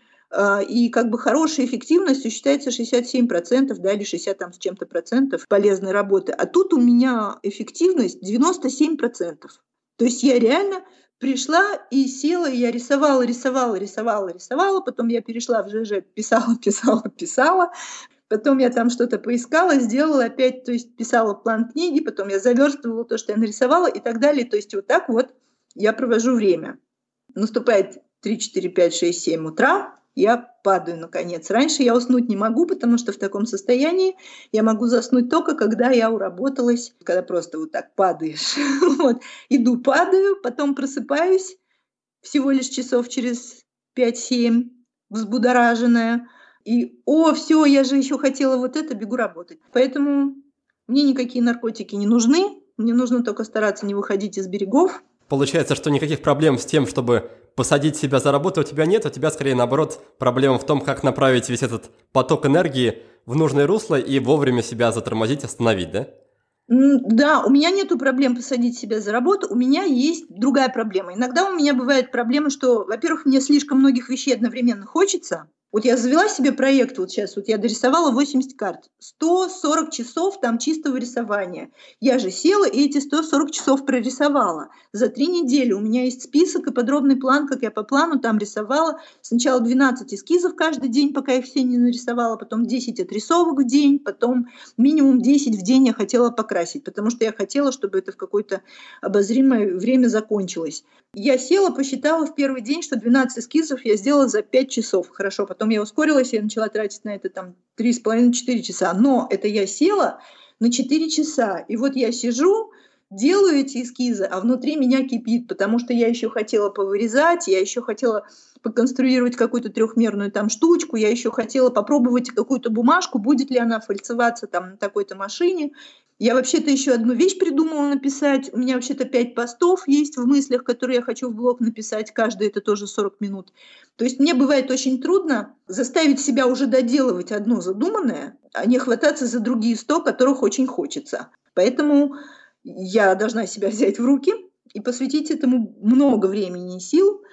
И как бы хорошей эффективностью считается шестьдесят семь процентов, да, или шестьдесят там, с чем-то процентов полезной работы. А тут у меня эффективность девяносто семь процентов. То есть я реально пришла и села, и я рисовала, рисовала, рисовала, рисовала, потом я перешла в ЖЖ, писала, писала, писала, потом я там что-то поискала, сделала опять, то есть писала план книги, потом я заверстывала то, что я нарисовала и так далее. То есть вот так вот я провожу время. Наступает три, четыре, пять, шесть, семь утра, я падаю наконец. Раньше я уснуть не могу, потому что в таком состоянии я могу заснуть только, когда я уработалась, когда просто вот так падаешь. Вот. Иду, падаю, потом просыпаюсь всего лишь часов через пять-семь, взбудораженная. И, о, все, я же еще хотела вот это, бегу работать. Поэтому мне никакие наркотики не нужны, мне нужно только стараться не выходить из берегов. Получается, что никаких проблем с тем, чтобы посадить себя за работу, у тебя нет, у тебя скорее наоборот проблема в том, как направить весь этот поток энергии в нужное русло и вовремя себя затормозить, остановить, да? Да, у меня нету проблем посадить себя за работу, у меня есть другая проблема. Иногда у меня бывает проблема, что, во-первых, мне слишком многих вещей одновременно хочется. Вот я завела себе проект, вот сейчас, вот я дорисовала восемьдесят карт, сто сорок часов там чистого рисования. Я же села и эти сто сорок часов прорисовала. За три недели у меня есть список и подробный план, как я по плану там рисовала. Сначала двенадцать эскизов каждый день, пока их все не нарисовала, потом десять отрисовок в день, потом минимум десять в день я хотела покрасить, потому что я хотела, чтобы это в какое-то обозримое время закончилось. Я села, посчитала в первый день, что двенадцать эскизов я сделала за пять часов. Хорошо, потом я ускорилась, я начала тратить на это там три с половиной - четыре часа. Но это я села на четыре часа. И вот я сижу, делаю эти эскизы, а внутри меня кипит, потому что я еще хотела повырезать, я еще хотела поконструировать какую-то трехмерную там штучку, я еще хотела попробовать какую-то бумажку, будет ли она фальцеваться там на такой-то машине. Я вообще-то еще одну вещь придумала написать. У меня вообще-то пять постов есть в мыслях, которые я хочу в блог написать. Каждый это тоже сорок минут. То есть мне бывает очень трудно заставить себя уже доделывать одно задуманное, а не хвататься за другие сто, которых очень хочется. Поэтому я должна себя взять в руки и посвятить этому много времени и сил.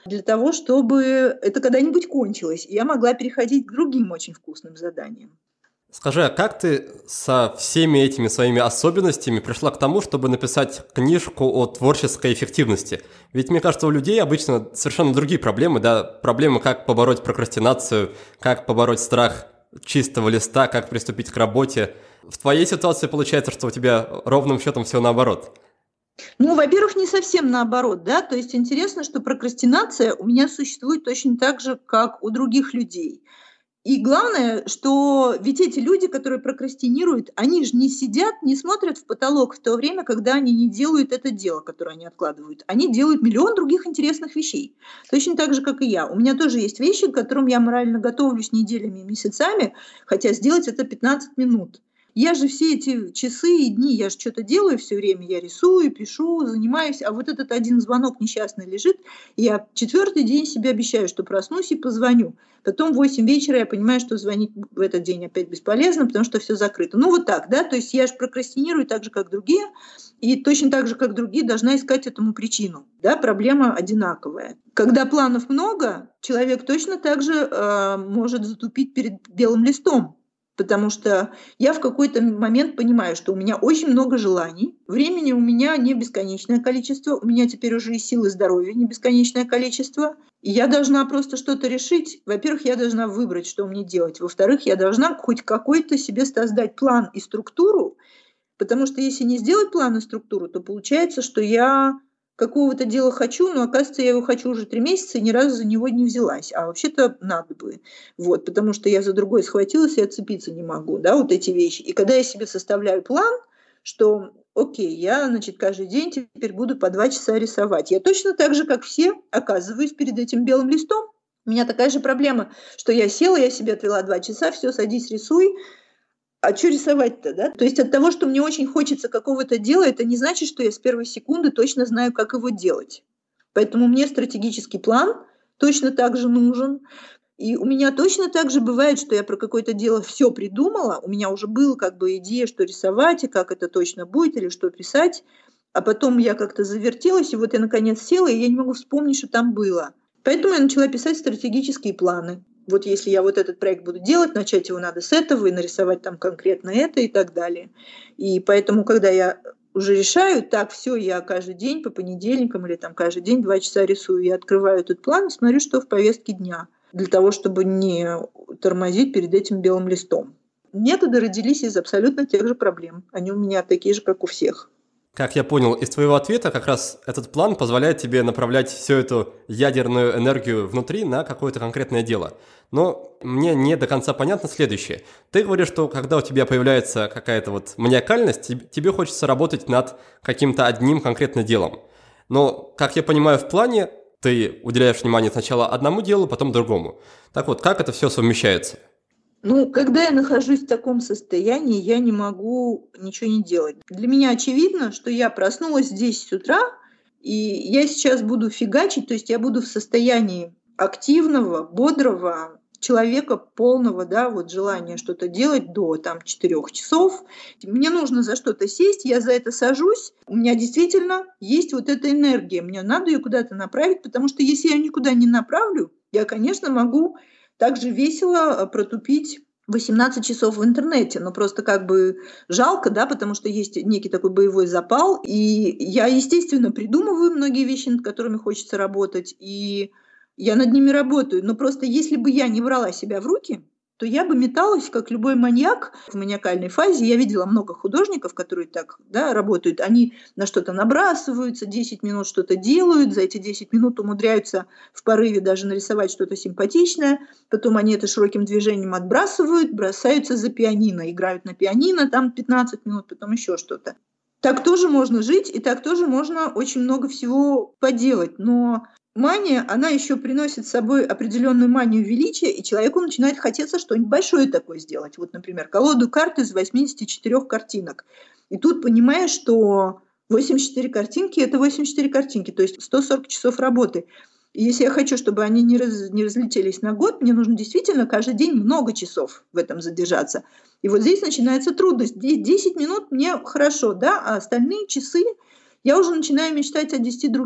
для того, чтобы это когда-нибудь кончилось, и я могла переходить к другим очень вкусным заданиям. Скажи, а как ты со всеми этими своими особенностями пришла к тому, чтобы написать книжку о творческой эффективности? Ведь, мне кажется, у людей обычно совершенно другие проблемы, да, проблемы, как побороть прокрастинацию, как побороть страх чистого листа, как приступить к работе. В твоей ситуации получается, что у тебя ровным счетом все наоборот. Ну, во-первых, не совсем наоборот, да, то есть интересно, что прокрастинация у меня существует точно так же, как у других людей. И главное, что ведь эти люди, которые прокрастинируют, они же не сидят, не смотрят в потолок в то время, когда они не делают это дело, которое они откладывают. Они делают миллион других интересных вещей. Точно так же, как и я. У меня тоже есть вещи, к которым я морально готовлюсь неделями и месяцами, хотя сделать это пятнадцать минут. Я же все эти часы и дни, я же что-то делаю все время, я рисую, пишу, занимаюсь, а вот этот один звонок несчастный лежит, и я четвертый день себе обещаю, что проснусь и позвоню. Потом в восемь вечера я понимаю, что звонить в этот день опять бесполезно, потому что все закрыто. Ну вот так, да, то есть я же прокрастинирую так же, как другие, и точно так же, как другие, должна искать этому причину. Да, проблема одинаковая. Когда планов много, человек точно так же э, может затупить перед белым листом. Потому что я в какой-то момент понимаю, что у меня очень много желаний, времени у меня не бесконечное количество, у меня теперь уже и силы здоровья не бесконечное количество, и я должна просто что-то решить. Во-первых, я должна выбрать, что мне делать. Во-вторых, я должна хоть какой-то себе создать план и структуру, потому что если не сделать план и структуру, то получается, что я какого-то дела хочу, но, оказывается, я его хочу уже три месяца и ни разу за него не взялась. А вообще-то надо бы. Вот, потому что я за другой схватилась и отцепиться не могу, да, вот эти вещи. И когда я себе составляю план, что, окей, я, значит, каждый день теперь буду по два часа рисовать. Я точно так же, как все, оказываюсь перед этим белым листом. У меня такая же проблема, что я села, я себе отвела два часа, все, садись, рисуй. А что рисовать-то, да? То есть от того, что мне очень хочется какого-то дела, это не значит, что я с первой секунды точно знаю, как его делать. Поэтому мне стратегический план точно так же нужен. И у меня точно так же бывает, что я про какое-то дело все придумала, у меня уже была как бы идея, что рисовать, и как это точно будет, или что писать, а потом я как-то завертелась, и вот я наконец села, и я не могу вспомнить, что там было. Поэтому я начала писать стратегические планы. Вот если я вот этот проект буду делать, начать его надо с этого и нарисовать там конкретно это и так далее. И поэтому, когда я уже решаю, так, все, я каждый день по понедельникам или там каждый день два часа рисую, я открываю этот план и смотрю, что в повестке дня, для того, чтобы не тормозить перед этим белым листом. Методы родились из абсолютно тех же проблем. Они у меня такие же, как у всех. Как я понял из твоего ответа, как раз этот план позволяет тебе направлять всю эту ядерную энергию внутри на какое-то конкретное дело. Но мне не до конца понятно следующее. Ты говоришь, что когда у тебя появляется какая-то вот маниакальность, тебе хочется работать над каким-то одним конкретным делом. Но, как я понимаю, в плане ты уделяешь внимание сначала одному делу, потом другому. Так вот, как это все совмещается? Ну, когда я нахожусь в таком состоянии, я не могу ничего не делать. Для меня очевидно, что я проснулась в десять утра, и я сейчас буду фигачить, то есть я буду в состоянии активного, бодрого человека, полного, да, вот желания что-то делать до там четырёх часов. Мне нужно за что-то сесть, я за это сажусь. У меня действительно есть вот эта энергия, мне надо ее куда-то направить, потому что если я ее никуда не направлю, я, конечно, могу также весело протупить восемнадцать часов в интернете, но просто как бы жалко, да, потому что есть некий такой боевой запал, и я, естественно, придумываю многие вещи, над которыми хочется работать, и я над ними работаю, но просто если бы я не брала себя в руки, то я бы металась, как любой маньяк в маниакальной фазе. Я видела много художников, которые так, да, работают. Они на что-то набрасываются, десять минут что-то делают, за эти десять минут умудряются в порыве даже нарисовать что-то симпатичное, потом они это широким движением отбрасывают, бросаются за пианино, играют на пианино, там пятнадцать минут, потом еще что-то. Так тоже можно жить, и так тоже можно очень много всего поделать, но мания, она еще приносит с собой определенную манию величия, и человеку начинает хотеться что-нибудь большое такое сделать. Вот, например, колоду карт из восьмидесяти четырёх картинок. И тут понимаешь, что восемьдесят четыре картинки – это восемьдесят четыре картинки, то есть сто сорок часов работы. И если я хочу, чтобы они не, раз, не разлетелись на год, мне нужно действительно каждый день много часов в этом задержаться. И вот здесь начинается трудность. десять минут мне хорошо, да, а остальные часы я уже начинаю мечтать о десяти других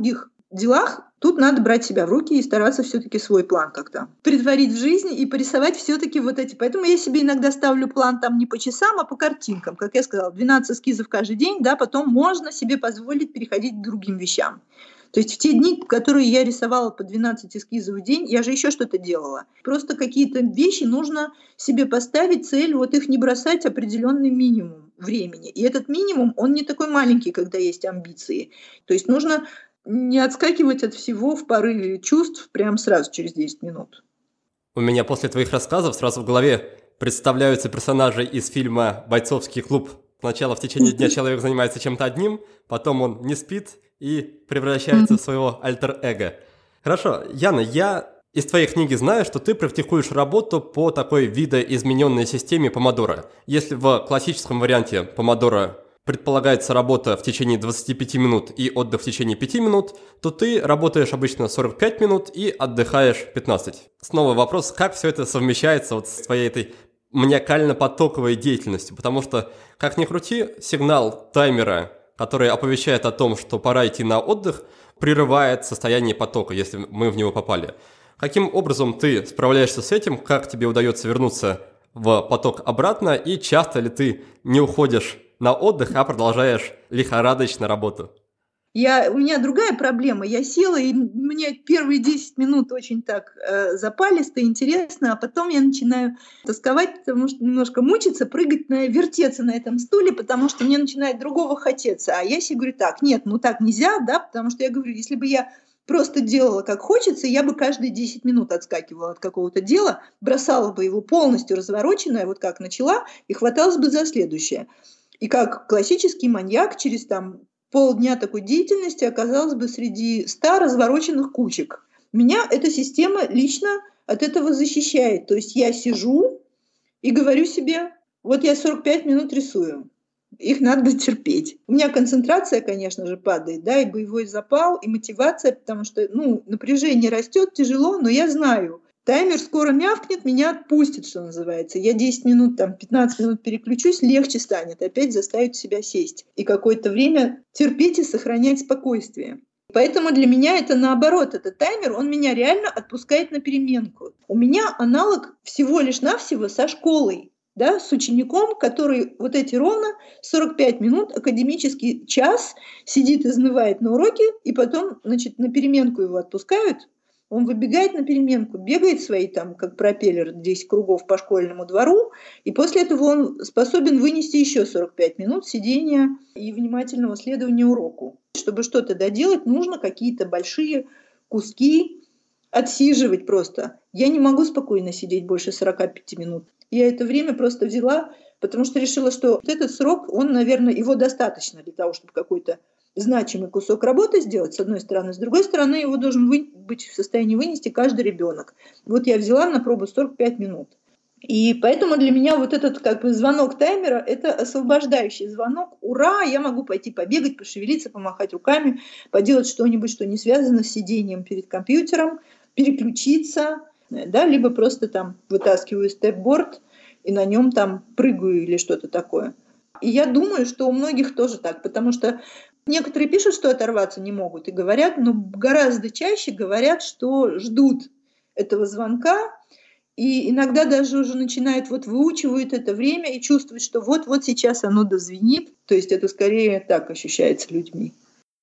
делах тут надо брать себя в руки и стараться все-таки свой план как-то претворить в жизнь и порисовать все-таки вот эти. Поэтому я себе иногда ставлю план там не по часам, а по картинкам. Как я сказала, двенадцать эскизов каждый день, да, потом можно себе позволить переходить к другим вещам. То есть в те дни, в которые я рисовала по двенадцать эскизов в день, я же еще что-то делала. Просто какие-то вещи нужно себе поставить цель, вот их не бросать определенный минимум времени. И этот минимум, он не такой маленький, когда есть амбиции. То есть нужно не отскакивать от всего в порыве чувств прямо сразу через десять минут. У меня после твоих рассказов сразу в голове представляются персонажи из фильма «Бойцовский клуб». Сначала в течение дня человек занимается чем-то одним, потом он не спит и превращается в своего альтер-эго. Хорошо, Яна, я из твоей книги знаю, что ты практикуешь работу по такой видоизмененной системе помодоро. Если в классическом варианте помодоро предполагается работа в течение двадцати пяти минут и отдых в течение пяти минут, то ты работаешь обычно сорок пять минут и отдыхаешь пятнадцать. Снова вопрос, как все это совмещается вот с твоей этой маниакально-потоковой деятельностью, потому что, как ни крути, сигнал таймера, который оповещает о том, что пора идти на отдых, прерывает состояние потока, если мы в него попали. Каким образом ты справляешься с этим, как тебе удается вернуться в поток обратно, и часто ли ты не уходишь на отдых, а продолжаешь лихорадочно работу? Я, у меня другая проблема. Я села, и мне первые десять минут очень так э, запалисто, интересно, а потом я начинаю тосковать, потому что немножко мучиться, прыгать, на, вертеться на этом стуле, потому что мне начинает другого хотеться. А я себе говорю, так, нет, ну так нельзя, да, потому что я говорю, если бы я просто делала как хочется, я бы каждые десять минут отскакивала от какого-то дела, бросала бы его полностью развороченное, вот как начала, и хваталась бы за следующее. И как классический маньяк через там полдня такой деятельности оказалась бы среди ста развороченных кучек. Меня эта система лично от этого защищает. То есть я сижу и говорю себе, вот я сорок пять минут рисую, их надо терпеть. У меня концентрация, конечно же, падает, да, и боевой запал, и мотивация, потому что, ну, напряжение растет, тяжело, но я знаю, таймер скоро мявкнет, меня отпустит, что называется. Я десять минут, там, пятнадцать минут переключусь, легче станет, опять заставить себя сесть. И какое-то время терпеть и сохранять спокойствие. Поэтому для меня это наоборот, этот таймер, он меня реально отпускает на переменку. У меня аналог всего лишь навсего со школой, да, с учеником, который вот эти ровно сорок пять минут, академический час, сидит, изнывает на уроке, и потом, значит, на переменку его отпускают. Он выбегает на переменку, бегает свои там, как пропеллер, десять кругов по школьному двору, и после этого он способен вынести еще сорок пять минут сидения и внимательного следования уроку. Чтобы что-то доделать, нужно какие-то большие куски отсиживать просто. Я не могу спокойно сидеть больше сорока пяти минут. Я это время просто взяла, потому что решила, что вот этот срок, он, наверное, его достаточно для того, чтобы какой-то значимый кусок работы сделать, с одной стороны. С другой стороны, его должен вы, быть в состоянии вынести каждый ребенок. Вот я взяла на пробу сорок пять минут. И поэтому для меня вот этот как бы звонок таймера – это освобождающий звонок. Ура, я могу пойти побегать, пошевелиться, помахать руками, поделать что-нибудь, что не связано с сидением перед компьютером, переключиться, да, либо просто там вытаскиваю степборд и на нем там прыгаю или что-то такое. И я думаю, что у многих тоже так, потому что некоторые пишут, что оторваться не могут и говорят, но гораздо чаще говорят, что ждут этого звонка, и иногда даже уже начинают, вот выучивают это время и чувствуют, что вот-вот сейчас оно дозвенит. То есть это скорее так ощущается людьми.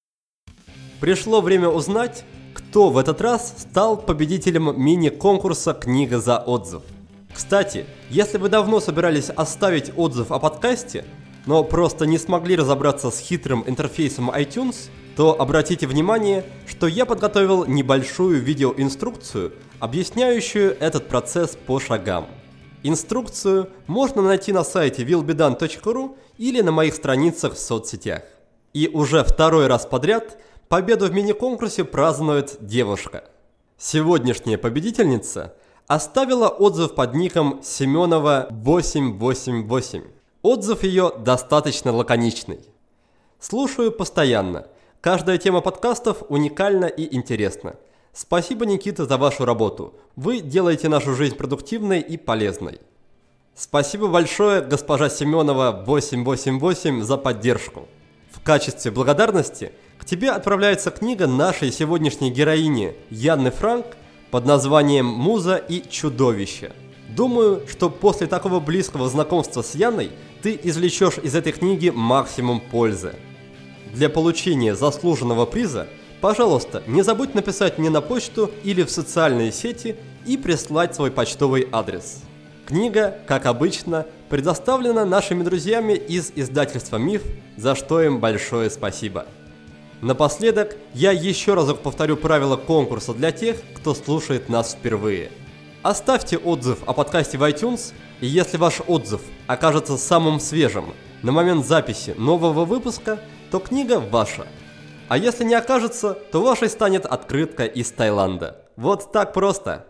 Пришло время узнать, кто в этот раз стал победителем мини-конкурса «Книга за отзыв». Кстати, если вы давно собирались оставить отзыв о подкасте, но просто не смогли разобраться с хитрым интерфейсом iTunes, то обратите внимание, что я подготовил небольшую видеоинструкцию, объясняющую этот процесс по шагам. Инструкцию можно найти на сайте вил би дан точка ру или на моих страницах в соцсетях. И уже второй раз подряд победу в мини-конкурсе празднует девушка. Сегодняшняя победительница оставила отзыв под ником Семенова восемь восемь восемь. Отзыв ее достаточно лаконичный. Слушаю постоянно. Каждая тема подкастов уникальна и интересна. Спасибо, Никита, за вашу работу. Вы делаете нашу жизнь продуктивной и полезной. Спасибо большое, госпожа Семенова восемь восемь восемь, за поддержку. В качестве благодарности К тебе отправляется книга нашей сегодняшней героини Янны Франк под названием «Муза и чудовище». Думаю, что после такого близкого знакомства с Янной ты извлечешь из этой книги максимум пользы. Для получения заслуженного приза, пожалуйста, не забудь написать мне на почту или в социальные сети и прислать свой почтовый адрес. Книга, как обычно, предоставлена нашими друзьями из издательства «Миф», за что им большое спасибо. Напоследок, я еще разок повторю правила конкурса для тех, кто слушает нас впервые. Оставьте отзыв о подкасте в iTunes, и если ваш отзыв окажется самым свежим на момент записи нового выпуска, то книга ваша. А если не окажется, то вашей станет открытка из Таиланда. Вот так просто.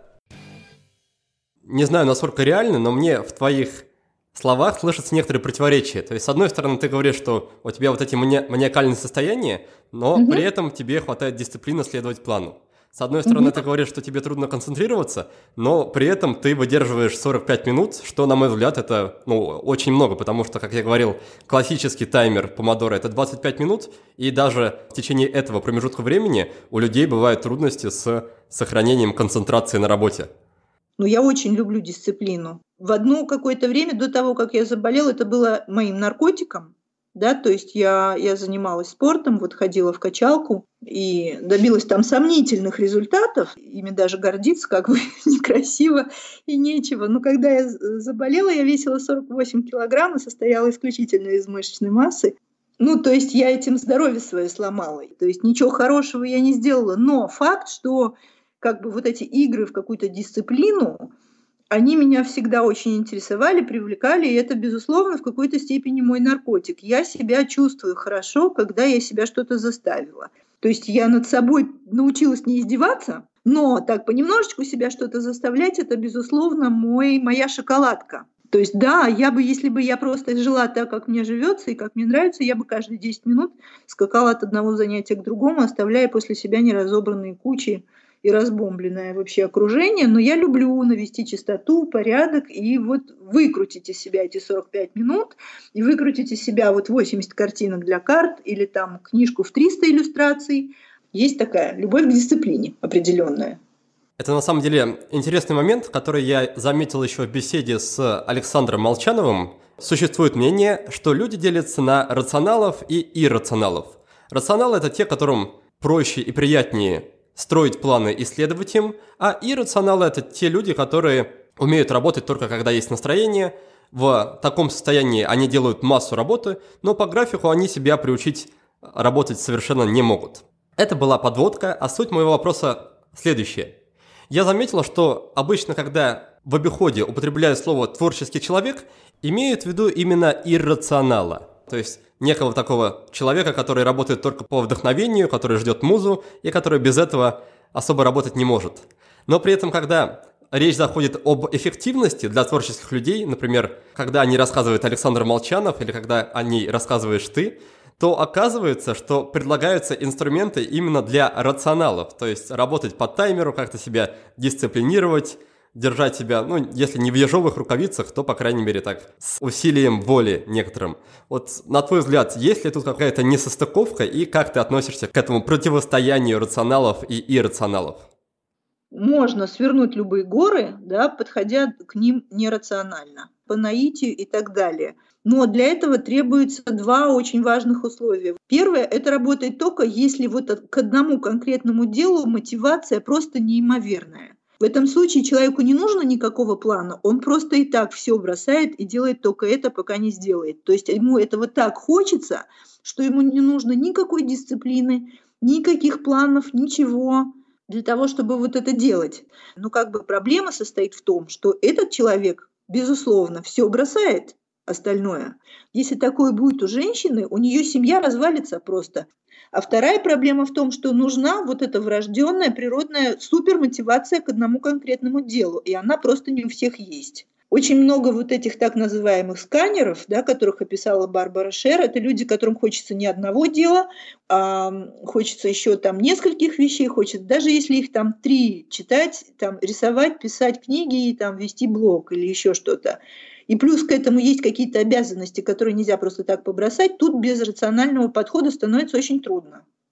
Не знаю, насколько реально, но мне в твоих словах слышатся некоторые противоречия. То есть, с одной стороны, ты говоришь, что у тебя вот эти мани- маниакальные состояния, но угу. при этом тебе хватает дисциплины следовать плану. С одной стороны, угу. ты говоришь, что тебе трудно концентрироваться, но при этом ты выдерживаешь сорок пять минут, что, на мой взгляд, это ну, очень много, потому что, как я говорил, классический таймер помодоро – это двадцать пять минут, и даже в течение этого промежутка времени у людей бывают трудности с сохранением концентрации на работе. Ну, я очень люблю дисциплину. В одно какое-то время до того, как я заболела, это было моим наркотиком. Да, то есть я, я занималась спортом, вот ходила в качалку и добилась там сомнительных результатов. Ими даже гордиться как бы некрасиво и нечего. Но когда я заболела, я весила сорок восемь килограмм и состояла исключительно из мышечной массы. Ну, то есть я этим здоровье свое сломала. То есть ничего хорошего я не сделала. Но факт, что как бы вот эти игры в какую-то дисциплину, они меня всегда очень интересовали, привлекали, и это, безусловно, в какой-то степени мой наркотик. Я себя чувствую хорошо, когда я себя что-то заставила. То есть я над собой научилась не издеваться, но так понемножечку себя что-то заставлять, это, безусловно, мой, моя шоколадка. То есть да, я бы, если бы я просто жила так, как мне живется и как мне нравится, я бы каждые десять минут скакала от одного занятия к другому, оставляя после себя неразобранные кучи и разбомбленное вообще окружение, но я люблю навести чистоту, порядок и вот выкрутить из себя эти сорок пять минут и выкрутить из себя вот восемьдесят картинок для карт или там книжку в триста иллюстраций. Есть такая любовь к дисциплине определенная. Это на самом деле интересный момент, который я заметил еще в беседе с Александром Молчановым. Существует мнение, что люди делятся на рационалов и иррационалов. Рационалы – это те, которым проще и приятнее строить планы и следовать им, а иррационалы – это те люди, которые умеют работать только когда есть настроение. В таком состоянии они делают массу работы, но по графику они себя приучить работать совершенно не могут. Это была подводка, а суть моего вопроса следующая. Я заметил, что обычно, когда в обиходе употребляют слово «творческий человек», имеют в виду именно иррационала. То есть некого такого человека, который работает только по вдохновению, который ждет музу и который без этого особо работать не может. Но при этом, когда речь заходит об эффективности для творческих людей, например, когда они рассказывает Александр Молчанов или когда о ней рассказываешь ты, то оказывается, что предлагаются инструменты именно для рационалов, то есть работать по таймеру, как-то себя дисциплинировать, держать себя, ну, если не в ежовых рукавицах, то, по крайней мере, так, с усилием воли некоторым. Вот, на твой взгляд, есть ли тут какая-то несостыковка, и как ты относишься к этому противостоянию рационалов и иррационалов? Можно свернуть любые горы, да, подходя к ним нерационально, по наитию и так далее. Но для этого требуется два очень важных условия. Первое – это работает только, если вот к одному конкретному делу мотивация просто неимоверная. В этом случае человеку не нужно никакого плана, он просто и так все бросает и делает только это, пока не сделает. То есть ему этого так хочется, что ему не нужно никакой дисциплины, никаких планов, ничего для того, чтобы вот это делать. Но как бы проблема состоит в том, что этот человек, безусловно, все бросает остальное. Если такое будет у женщины, у нее семья развалится просто. А вторая проблема в том, что нужна вот эта врожденная природная супермотивация к одному конкретному делу, и она просто не у всех есть. Очень много вот этих так называемых сканеров, да, которых описала Барбара Шер, это люди, которым хочется не одного дела, а хочется еще там нескольких вещей, хочется, даже если их там три читать, там рисовать, писать книги, там вести блог или еще что-то. И плюс к этому есть какие-то обязанности, которые нельзя просто так побросать. Тут без рационального подхода становится очень трудно.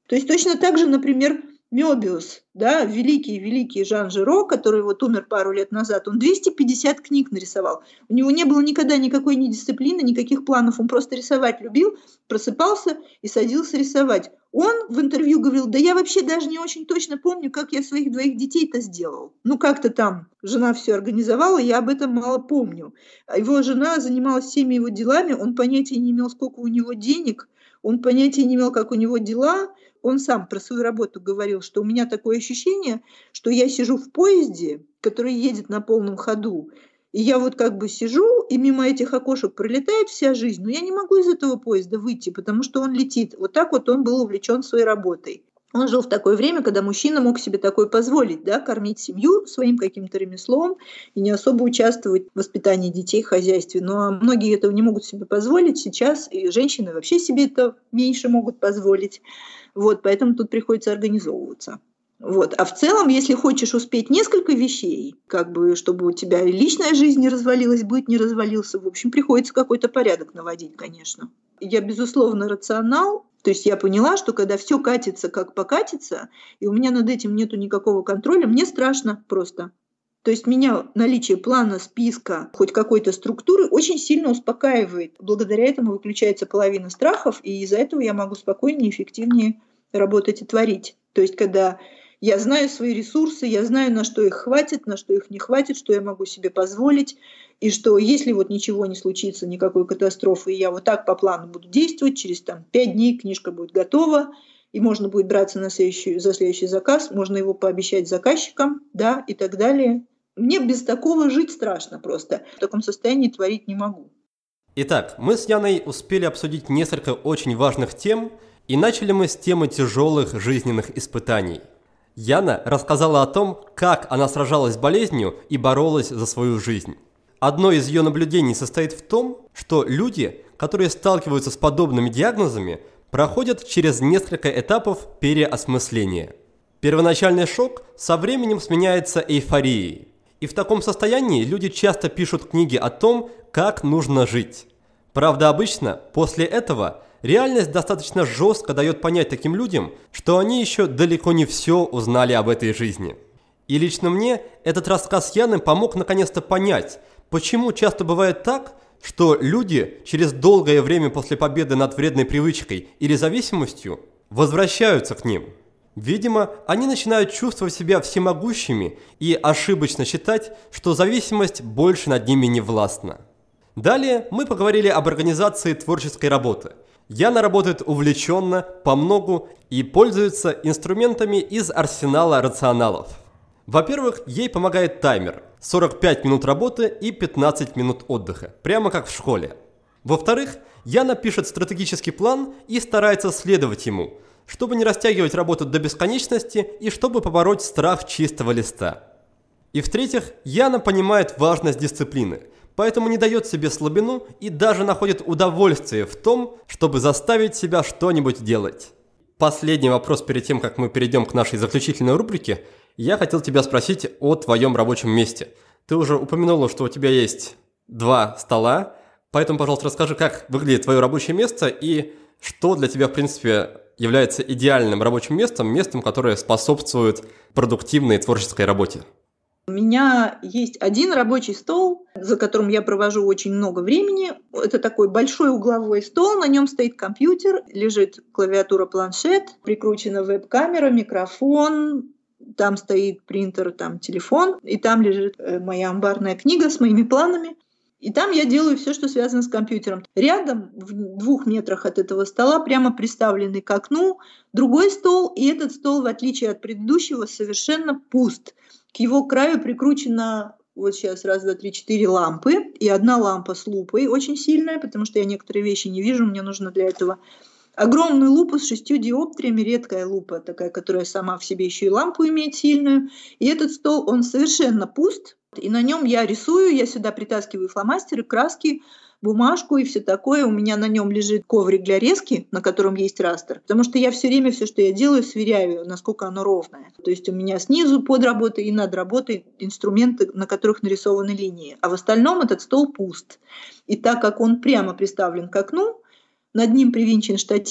То есть точно так же, например, Мёбиус, да, великий-великий Жан Жиро, который вот умер пару лет назад, он двести пятьдесят книг нарисовал. У него не было никогда никакой ни дисциплины, никаких планов, он просто рисовать любил, просыпался и садился рисовать. Он в интервью говорил: да я вообще даже не очень точно помню, как я своих двоих детей-то сделал. Ну как-то там жена все организовала, я об этом мало помню. А его жена занималась всеми его делами, он понятия не имел, сколько у него денег, он понятия не имел, как у него дела. Он сам про свою работу говорил, что у меня такое ощущение, что я сижу в поезде, который едет на полном ходу, и я вот как бы сижу, и мимо этих окошек пролетает вся жизнь, но я не могу из этого поезда выйти, потому что он летит. Вот так вот он был увлечен своей работой. Он жил в такое время, когда мужчина мог себе такое позволить, да, кормить семью своим каким-то ремеслом и не особо участвовать в воспитании детей в хозяйстве. Но многие этого не могут себе позволить сейчас, и женщины вообще себе это меньше могут позволить. Вот, поэтому тут приходится организовываться. Вот. А в целом, если хочешь успеть несколько вещей, как бы, чтобы у тебя и личная жизнь не развалилась, быт не развалился, в общем, приходится какой-то порядок наводить, конечно. Я, безусловно, рационал, то есть я поняла, что когда все катится, как покатится, и у меня над этим нету никакого контроля, мне страшно просто. То есть меня наличие плана, списка, хоть какой-то структуры очень сильно успокаивает. Благодаря этому выключается половина страхов, и из-за этого я могу спокойнее и эффективнее работать и творить. То есть когда я знаю свои ресурсы, я знаю, на что их хватит, на что их не хватит, что я могу себе позволить, и что если вот ничего не случится, никакой катастрофы, и я вот так по плану буду действовать, через там, пять дней книжка будет готова, и можно будет браться на следующий, за следующий заказ, можно его пообещать заказчикам, да, и так далее. Мне без такого жить страшно просто. В таком состоянии творить не могу. Итак, мы с Яной успели обсудить несколько очень важных тем, и начали мы с темы тяжелых жизненных испытаний. Яна рассказала о том, как она сражалась с болезнью и боролась за свою жизнь. Одно из ее наблюдений состоит в том, что люди, которые сталкиваются с подобными диагнозами, проходят через несколько этапов переосмысления. Первоначальный шок со временем сменяется эйфорией. И в таком состоянии люди часто пишут книги о том, как нужно жить. Правда, обычно после этого реальность достаточно жестко дает понять таким людям, что они еще далеко не все узнали об этой жизни. И лично мне этот рассказ Яны помог наконец-то понять, почему часто бывает так, что люди через долгое время после победы над вредной привычкой или зависимостью возвращаются к ним. Видимо, они начинают чувствовать себя всемогущими и ошибочно считать, что зависимость больше над ними не властна. Далее мы поговорили об организации творческой работы. Яна работает увлеченно, помногу и пользуется инструментами из арсенала рационалов. Во-первых, ей помогает таймер – сорок пять минут работы и пятнадцать минут отдыха, прямо как в школе. Во-вторых, Яна пишет стратегический план и старается следовать ему, чтобы не растягивать работу до бесконечности и чтобы побороть страх чистого листа. И в-третьих, Яна понимает важность дисциплины, поэтому не дает себе слабину и даже находит удовольствие в том, чтобы заставить себя что-нибудь делать. Последний вопрос перед тем, как мы перейдем к нашей заключительной рубрике. Я хотел тебя спросить о твоем рабочем месте. Ты уже упомянула, что у тебя есть два стола, поэтому, пожалуйста, расскажи, как выглядит твое рабочее место и что для тебя, в принципе, является идеальным рабочим местом, местом, которое способствует продуктивной творческой работе. У меня есть один рабочий стол, за которым я провожу очень много времени. Это такой большой угловой стол, на нем стоит компьютер, лежит клавиатура-планшет, прикручена веб-камера, микрофон, там стоит принтер, там телефон, и там лежит моя амбарная книга с моими планами. И там я делаю все, что связано с компьютером. Рядом, в двух метрах от этого стола, прямо приставленный к окну, другой стол, и этот стол, в отличие от предыдущего, совершенно пуст. К его краю прикручена, вот сейчас, раз, два, три, четыре лампы, и одна лампа с лупой, очень сильная, потому что я некоторые вещи не вижу, мне нужно для этого огромную лупу с шестью диоптриями, редкая лупа такая, которая сама в себе еще и лампу имеет сильную. И этот стол, он совершенно пуст, и на нем я рисую, я сюда притаскиваю фломастеры, краски, бумажку и все такое. У меня на нем лежит коврик для резки, на котором есть растер, потому что я все время все, что я делаю, сверяю, насколько оно ровное. То есть у меня снизу под работой и над работой инструменты, на которых нарисованы линии, а в остальном этот стол пуст. И так как он прямо приставлен к окну, над ним привинчен штатив,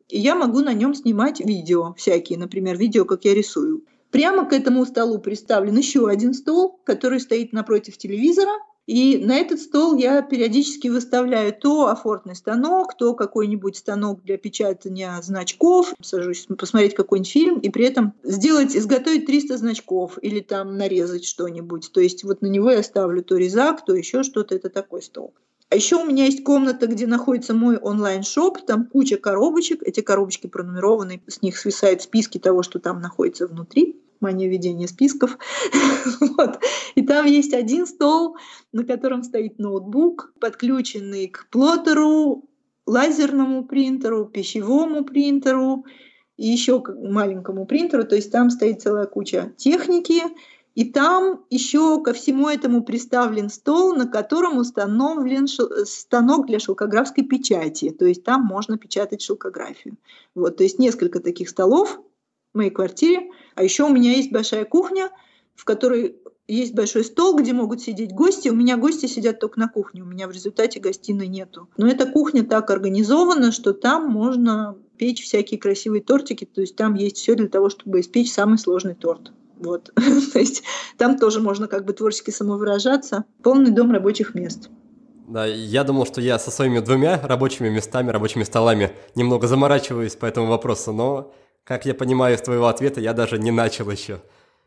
и я могу на нем снимать видео всякие, например, видео, как я рисую. Прямо к этому столу приставлен еще один стол, который стоит напротив телевизора. И на этот стол я периодически выставляю то афортный станок, то какой-нибудь станок для печатания значков. Сажусь посмотреть какой-нибудь фильм и при этом сделать, изготовить триста значков или там нарезать что-нибудь. То есть вот на него я ставлю то резак, то еще что-то. Это такой стол. А еще у меня есть комната, где находится мой онлайн-шоп, там куча коробочек, эти коробочки пронумерованы, с них свисают списки того, что там находится внутри. Мания ведения списков. Вот. И там есть один стол, на котором стоит ноутбук, подключенный к плоттеру, лазерному принтеру, пищевому принтеру и еще к маленькому принтеру. То есть там стоит целая куча техники. И там еще ко всему этому приставлен стол, на котором установлен станок для шелкографской печати. То есть там можно печатать шелкографию. Вот. То есть несколько таких столов в моей квартире. А еще у меня есть большая кухня, в которой есть большой стол, где могут сидеть гости. У меня гости сидят только на кухне, у меня в результате гостиной нету. Но эта кухня так организована, что там можно печь всякие красивые тортики. То есть там есть все для того, чтобы испечь самый сложный торт. Вот. То есть там тоже можно как бы творчески самовыражаться. Полный дом рабочих мест. Да, я думал, что я со своими двумя рабочими местами, рабочими столами немного заморачиваюсь по этому вопросу, но... Как я понимаю из твоего ответа, я даже не начал еще.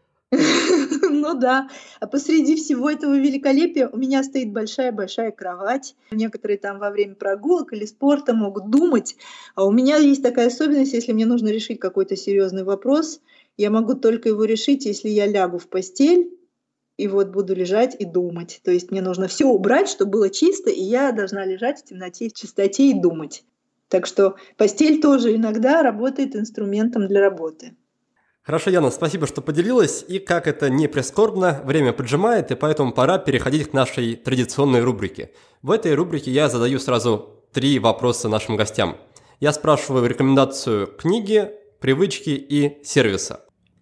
Ну да. А посреди всего этого великолепия у меня стоит большая-большая кровать. Некоторые там во время прогулок или спорта могут думать. А у меня есть такая особенность, если мне нужно решить какой-то серьезный вопрос, я могу только его решить, если я лягу в постель и вот буду лежать и думать. То есть мне нужно все убрать, чтобы было чисто, и я должна лежать в темноте, в чистоте и думать. Так что постель тоже иногда работает инструментом для работы. Хорошо, Яна, спасибо, что поделилась. И как это не прискорбно, время поджимает, и поэтому пора переходить к нашей традиционной рубрике. В этой рубрике я задаю сразу три вопроса нашим гостям. Я спрашиваю рекомендацию книги, привычки и сервиса.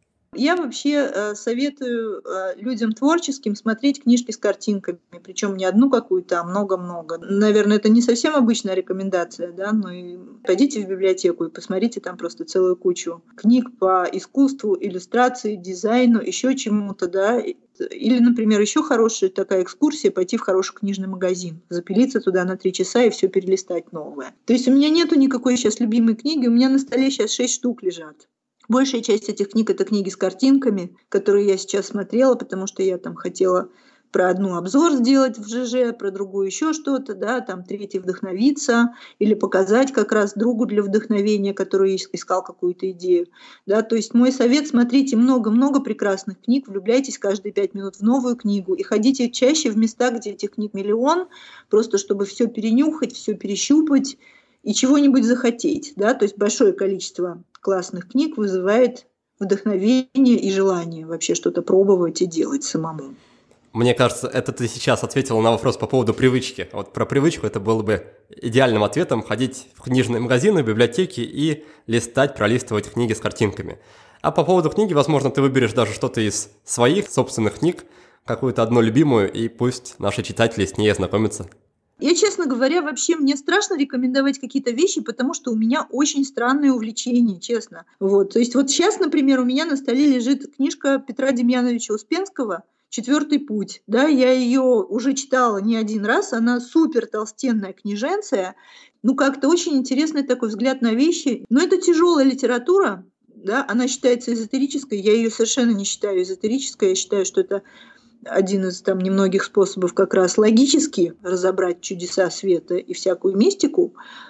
Я вообще э, советую э, людям творческим смотреть книжки с картинками, причем не одну какую-то, а много-много. Наверное, это не совсем обычная рекомендация, да, но и пойдите в библиотеку и посмотрите там просто целую кучу книг по искусству, иллюстрации, дизайну, еще чему-то, да. Или, например, еще хорошая такая экскурсия — пойти в хороший книжный магазин, запилиться туда на три часа и все перелистать новое. То есть у меня нету никакой сейчас любимой книги, у меня на столе сейчас шесть штук лежат. Большая часть этих книг — это книги с картинками, которые я сейчас смотрела, потому что я там хотела про одну обзор сделать в ЖЖ, про другую еще что-то, да, там третий вдохновиться или показать как раз другу для вдохновения, который искал какую-то идею. Да. То есть мой совет — смотрите много-много прекрасных книг, влюбляйтесь каждые пять минут в новую книгу и ходите чаще в места, где этих книг миллион, просто чтобы все перенюхать, все перещупать и чего-нибудь захотеть. Да. То есть большое количество классных книг вызывает вдохновение и желание вообще что-то пробовать и делать самому. Мне кажется, это ты сейчас ответила на вопрос по поводу привычки. Вот про привычку это было бы идеальным ответом — ходить в книжные магазины, библиотеки и листать, пролистывать книги с картинками. А по поводу книги, возможно, ты выберешь даже что-то из своих собственных книг, какую-то одну любимую, и пусть наши читатели с ней ознакомятся. Я, честно говоря, вообще мне страшно рекомендовать какие-то вещи, потому что у меня очень странные увлечения, честно. Вот. То есть вот сейчас, например, у меня на столе лежит книжка Петра Демьяновича Успенского «Четвертый путь». Да, я ее уже читала не один раз, она супер толстенная книженция. Ну, как-то очень интересный такой взгляд на вещи. Но это тяжелая литература, да, она считается эзотерической, я ее совершенно не считаю эзотерической, я считаю, что это один из там немногих способов как раз логически разобрать чудеса света и всякую мистику.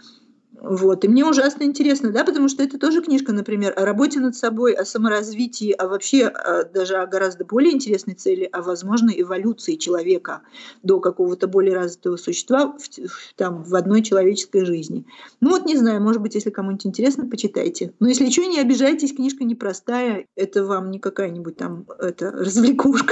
Вот. И мне ужасно интересно, да, потому что это тоже книжка, например, о работе над собой, о саморазвитии, а вообще о, даже о гораздо более интересной цели, о возможной эволюции человека до какого-то более развитого существа в, в, там, в одной человеческой жизни. Ну вот не знаю, может быть, если кому-нибудь интересно, почитайте. Но если что, не обижайтесь, книжка непростая, это вам не какая-нибудь там это, развлекушка,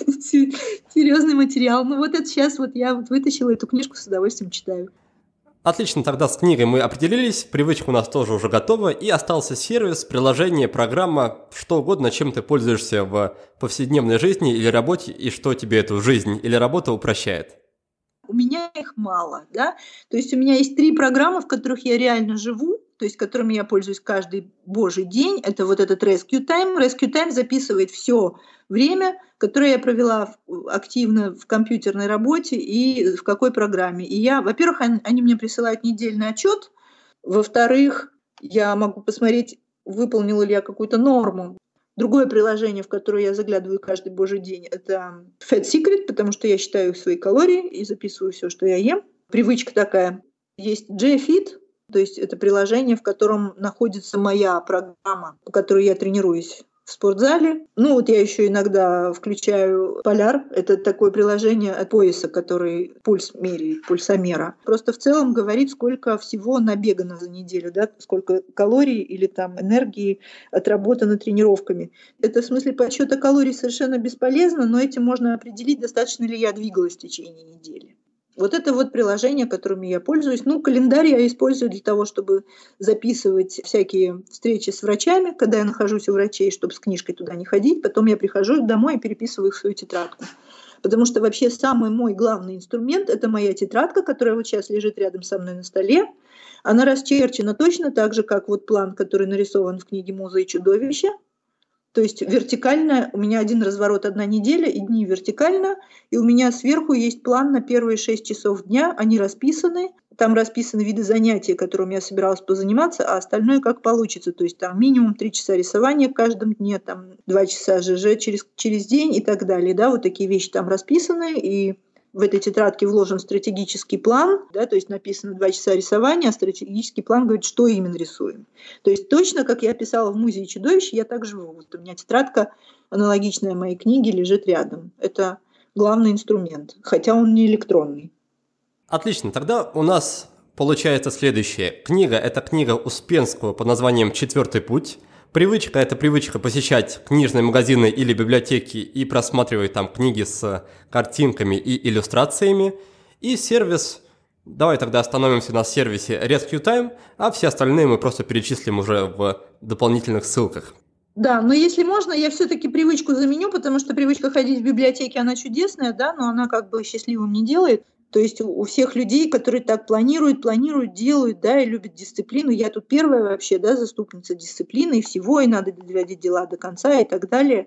серьезный материал. Ну вот это сейчас вот я вот вытащила эту книжку, с удовольствием читаю. Отлично, тогда с книгой мы определились, привычка у нас тоже уже готова, и остался сервис, приложение, программа, что угодно, чем ты пользуешься в повседневной жизни или работе, и что тебе эту жизнь или работу упрощает. У меня их мало, да, то есть у меня есть три программы, в которых я реально живу, то есть которыми я пользуюсь каждый божий день, это вот этот Rescue Time. Rescue Time записывает все время, которое я провела активно в компьютерной работе и в какой программе. И я, во-первых, они, они мне присылают недельный отчет, во-вторых, я могу посмотреть, выполнила ли я какую-то норму. Другое приложение, в которое я заглядываю каждый божий день, это Fat Secret, потому что я считаю свои калории и записываю все, что я ем. Привычка такая. Есть J-Fit, то есть это приложение, в котором находится моя программа, по которой я тренируюсь в спортзале. Ну вот я еще иногда включаю Polar. Это такое приложение от пояса, который пульс меряет, пульсомера. Просто в целом говорит, сколько всего набегано за неделю, да, сколько калорий или там энергии отработано тренировками. Это в смысле подсчета калорий совершенно бесполезно, но этим можно определить, достаточно ли я двигалась в течение недели. Вот это вот приложение, которыми я пользуюсь. Ну, календарь я использую для того, чтобы записывать всякие встречи с врачами, когда я нахожусь у врачей, чтобы с книжкой туда не ходить. Потом я прихожу домой и переписываю их в свою тетрадку. Потому что вообще самый мой главный инструмент – это моя тетрадка, которая вот сейчас лежит рядом со мной на столе. Она расчерчена точно так же, как вот план, который нарисован в книге «Муза и чудовище». То есть вертикально, у меня один разворот, одна неделя, и дни вертикально, и у меня сверху есть план на первые шесть часов дня, они расписаны, там расписаны виды занятий, которыми я собиралась позаниматься, а остальное как получится, то есть там минимум три часа рисования в каждом дне, там два часа ЖЖ через, через день и так далее, да, вот такие вещи там расписаны, и в этой тетрадке вложен стратегический план, да, то есть написано два часа рисования, а стратегический план говорит, что именно рисуем. То есть точно, как я писала в «Музе и чудовище», я так живу. Вот у меня тетрадка, аналогичная моей книге, лежит рядом. Это главный инструмент, хотя он не электронный. Отлично, тогда у нас получается следующее. Книга – это книга Успенского под названием «Четвертый путь». Привычка – это привычка посещать книжные магазины или библиотеки и просматривать там книги с картинками и иллюстрациями. И сервис, давай тогда остановимся на сервисе Rescue Time, а все остальные мы просто перечислим уже в дополнительных ссылках. Да, но если можно, я все-таки привычку заменю, потому что привычка ходить в библиотеке, она чудесная, да, но она как бы счастливым не делает. То есть у всех людей, которые так планируют, планируют, делают, да, и любят дисциплину. Я тут первая вообще, да, заступница дисциплины и всего, и надо доводить дела до конца и так далее.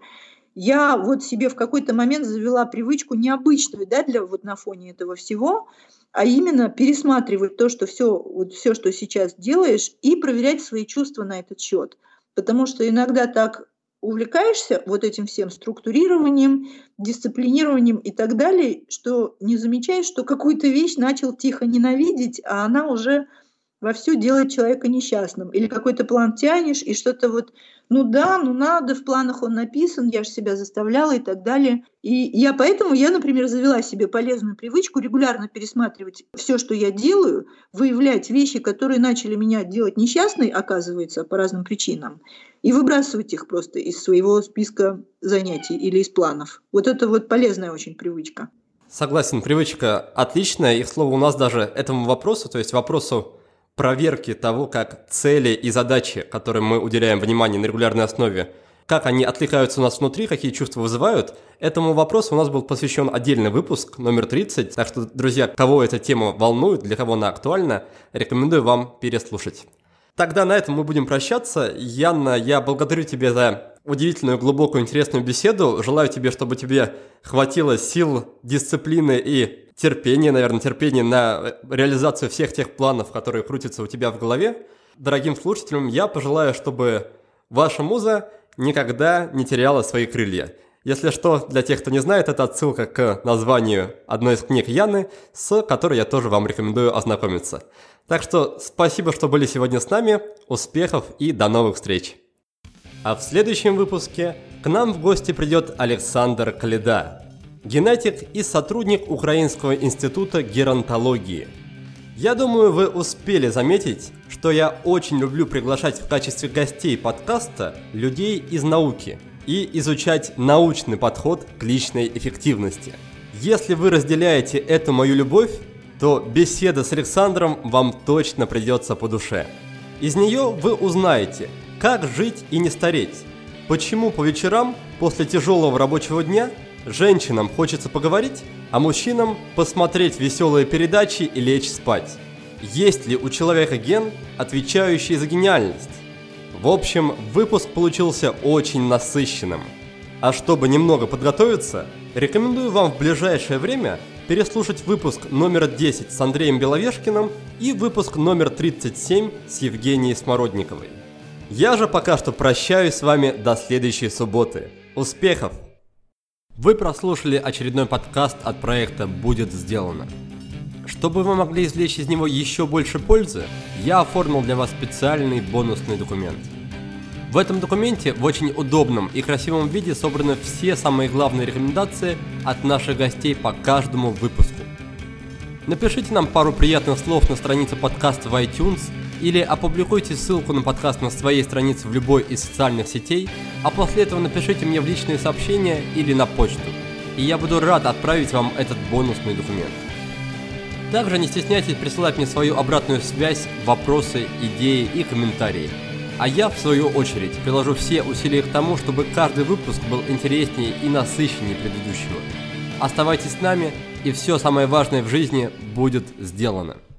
Я вот себе в какой-то момент завела привычку необычную, да, для вот на фоне этого всего, а именно пересматривать то, что все, вот все, что сейчас делаешь, и проверять свои чувства на этот счет. Потому что иногда так увлекаешься вот этим всем структурированием, дисциплинированием и так далее, что не замечаешь, что какую-то вещь начал тихо ненавидеть, а она уже вовсю делает человека несчастным. Или какой-то план тянешь, и что-то вот, ну да, ну надо, в планах он написан, я же себя заставляла и так далее. И я поэтому, я, например, завела себе полезную привычку регулярно пересматривать все, что я делаю, выявлять вещи, которые начали меня делать несчастной, оказывается, по разным причинам, и выбрасывать их просто из своего списка занятий или из планов. Вот это вот полезная очень привычка. Согласен, привычка отличная, и, к слову, у нас даже этому вопросу, то есть вопросу проверки того, как цели и задачи, которым мы уделяем внимание на регулярной основе, как они откликаются у нас внутри, какие чувства вызывают, этому вопросу у нас был посвящен отдельный выпуск, номер тридцать. Так что, друзья, кого эта тема волнует, для кого она актуальна, рекомендую вам переслушать. Тогда на этом мы будем прощаться. Яна, я благодарю тебя за удивительную, глубокую, интересную беседу. Желаю тебе, чтобы тебе хватило сил, дисциплины и терпения, наверное, терпения на реализацию всех тех планов, которые крутятся у тебя в голове. Дорогим слушателям, я пожелаю, чтобы ваша муза никогда не теряла свои крылья. Если что, для тех, кто не знает, это отсылка к названию одной из книг Яны, с которой я тоже вам рекомендую ознакомиться. Так что спасибо, что были сегодня с нами, успехов и до новых встреч. А в следующем выпуске к нам в гости придет Александр Коляда, генетик и сотрудник Украинского института геронтологии. Я думаю, вы успели заметить, что я очень люблю приглашать в качестве гостей подкаста людей из науки и изучать научный подход к личной эффективности. Если вы разделяете эту мою любовь, то беседа с Александром вам точно придется по душе. Из нее вы узнаете, как жить и не стареть, почему по вечерам после тяжелого рабочего дня женщинам хочется поговорить, а мужчинам посмотреть веселые передачи и лечь спать. Есть ли у человека ген, отвечающий за гениальность? В общем, выпуск получился очень насыщенным. А чтобы немного подготовиться, рекомендую вам в ближайшее время переслушать выпуск номер десять с Андреем Беловешкиным и выпуск номер тридцать семь с Евгенией Смородниковой. Я же пока что прощаюсь с вами до следующей субботы. Успехов! Вы прослушали очередной подкаст от проекта «Будет сделано». Чтобы вы могли извлечь из него еще больше пользы, я оформил для вас специальный бонусный документ. В этом документе в очень удобном и красивом виде собраны все самые главные рекомендации от наших гостей по каждому выпуску. Напишите нам пару приятных слов на странице подкаста в iTunes или опубликуйте ссылку на подкаст на своей странице в любой из социальных сетей, а после этого напишите мне в личные сообщения или на почту, и я буду рад отправить вам этот бонусный документ. Также не стесняйтесь присылать мне свою обратную связь, вопросы, идеи и комментарии. А я, в свою очередь, приложу все усилия к тому, чтобы каждый выпуск был интереснее и насыщеннее предыдущего. Оставайтесь с нами, и все самое важное в жизни будет сделано.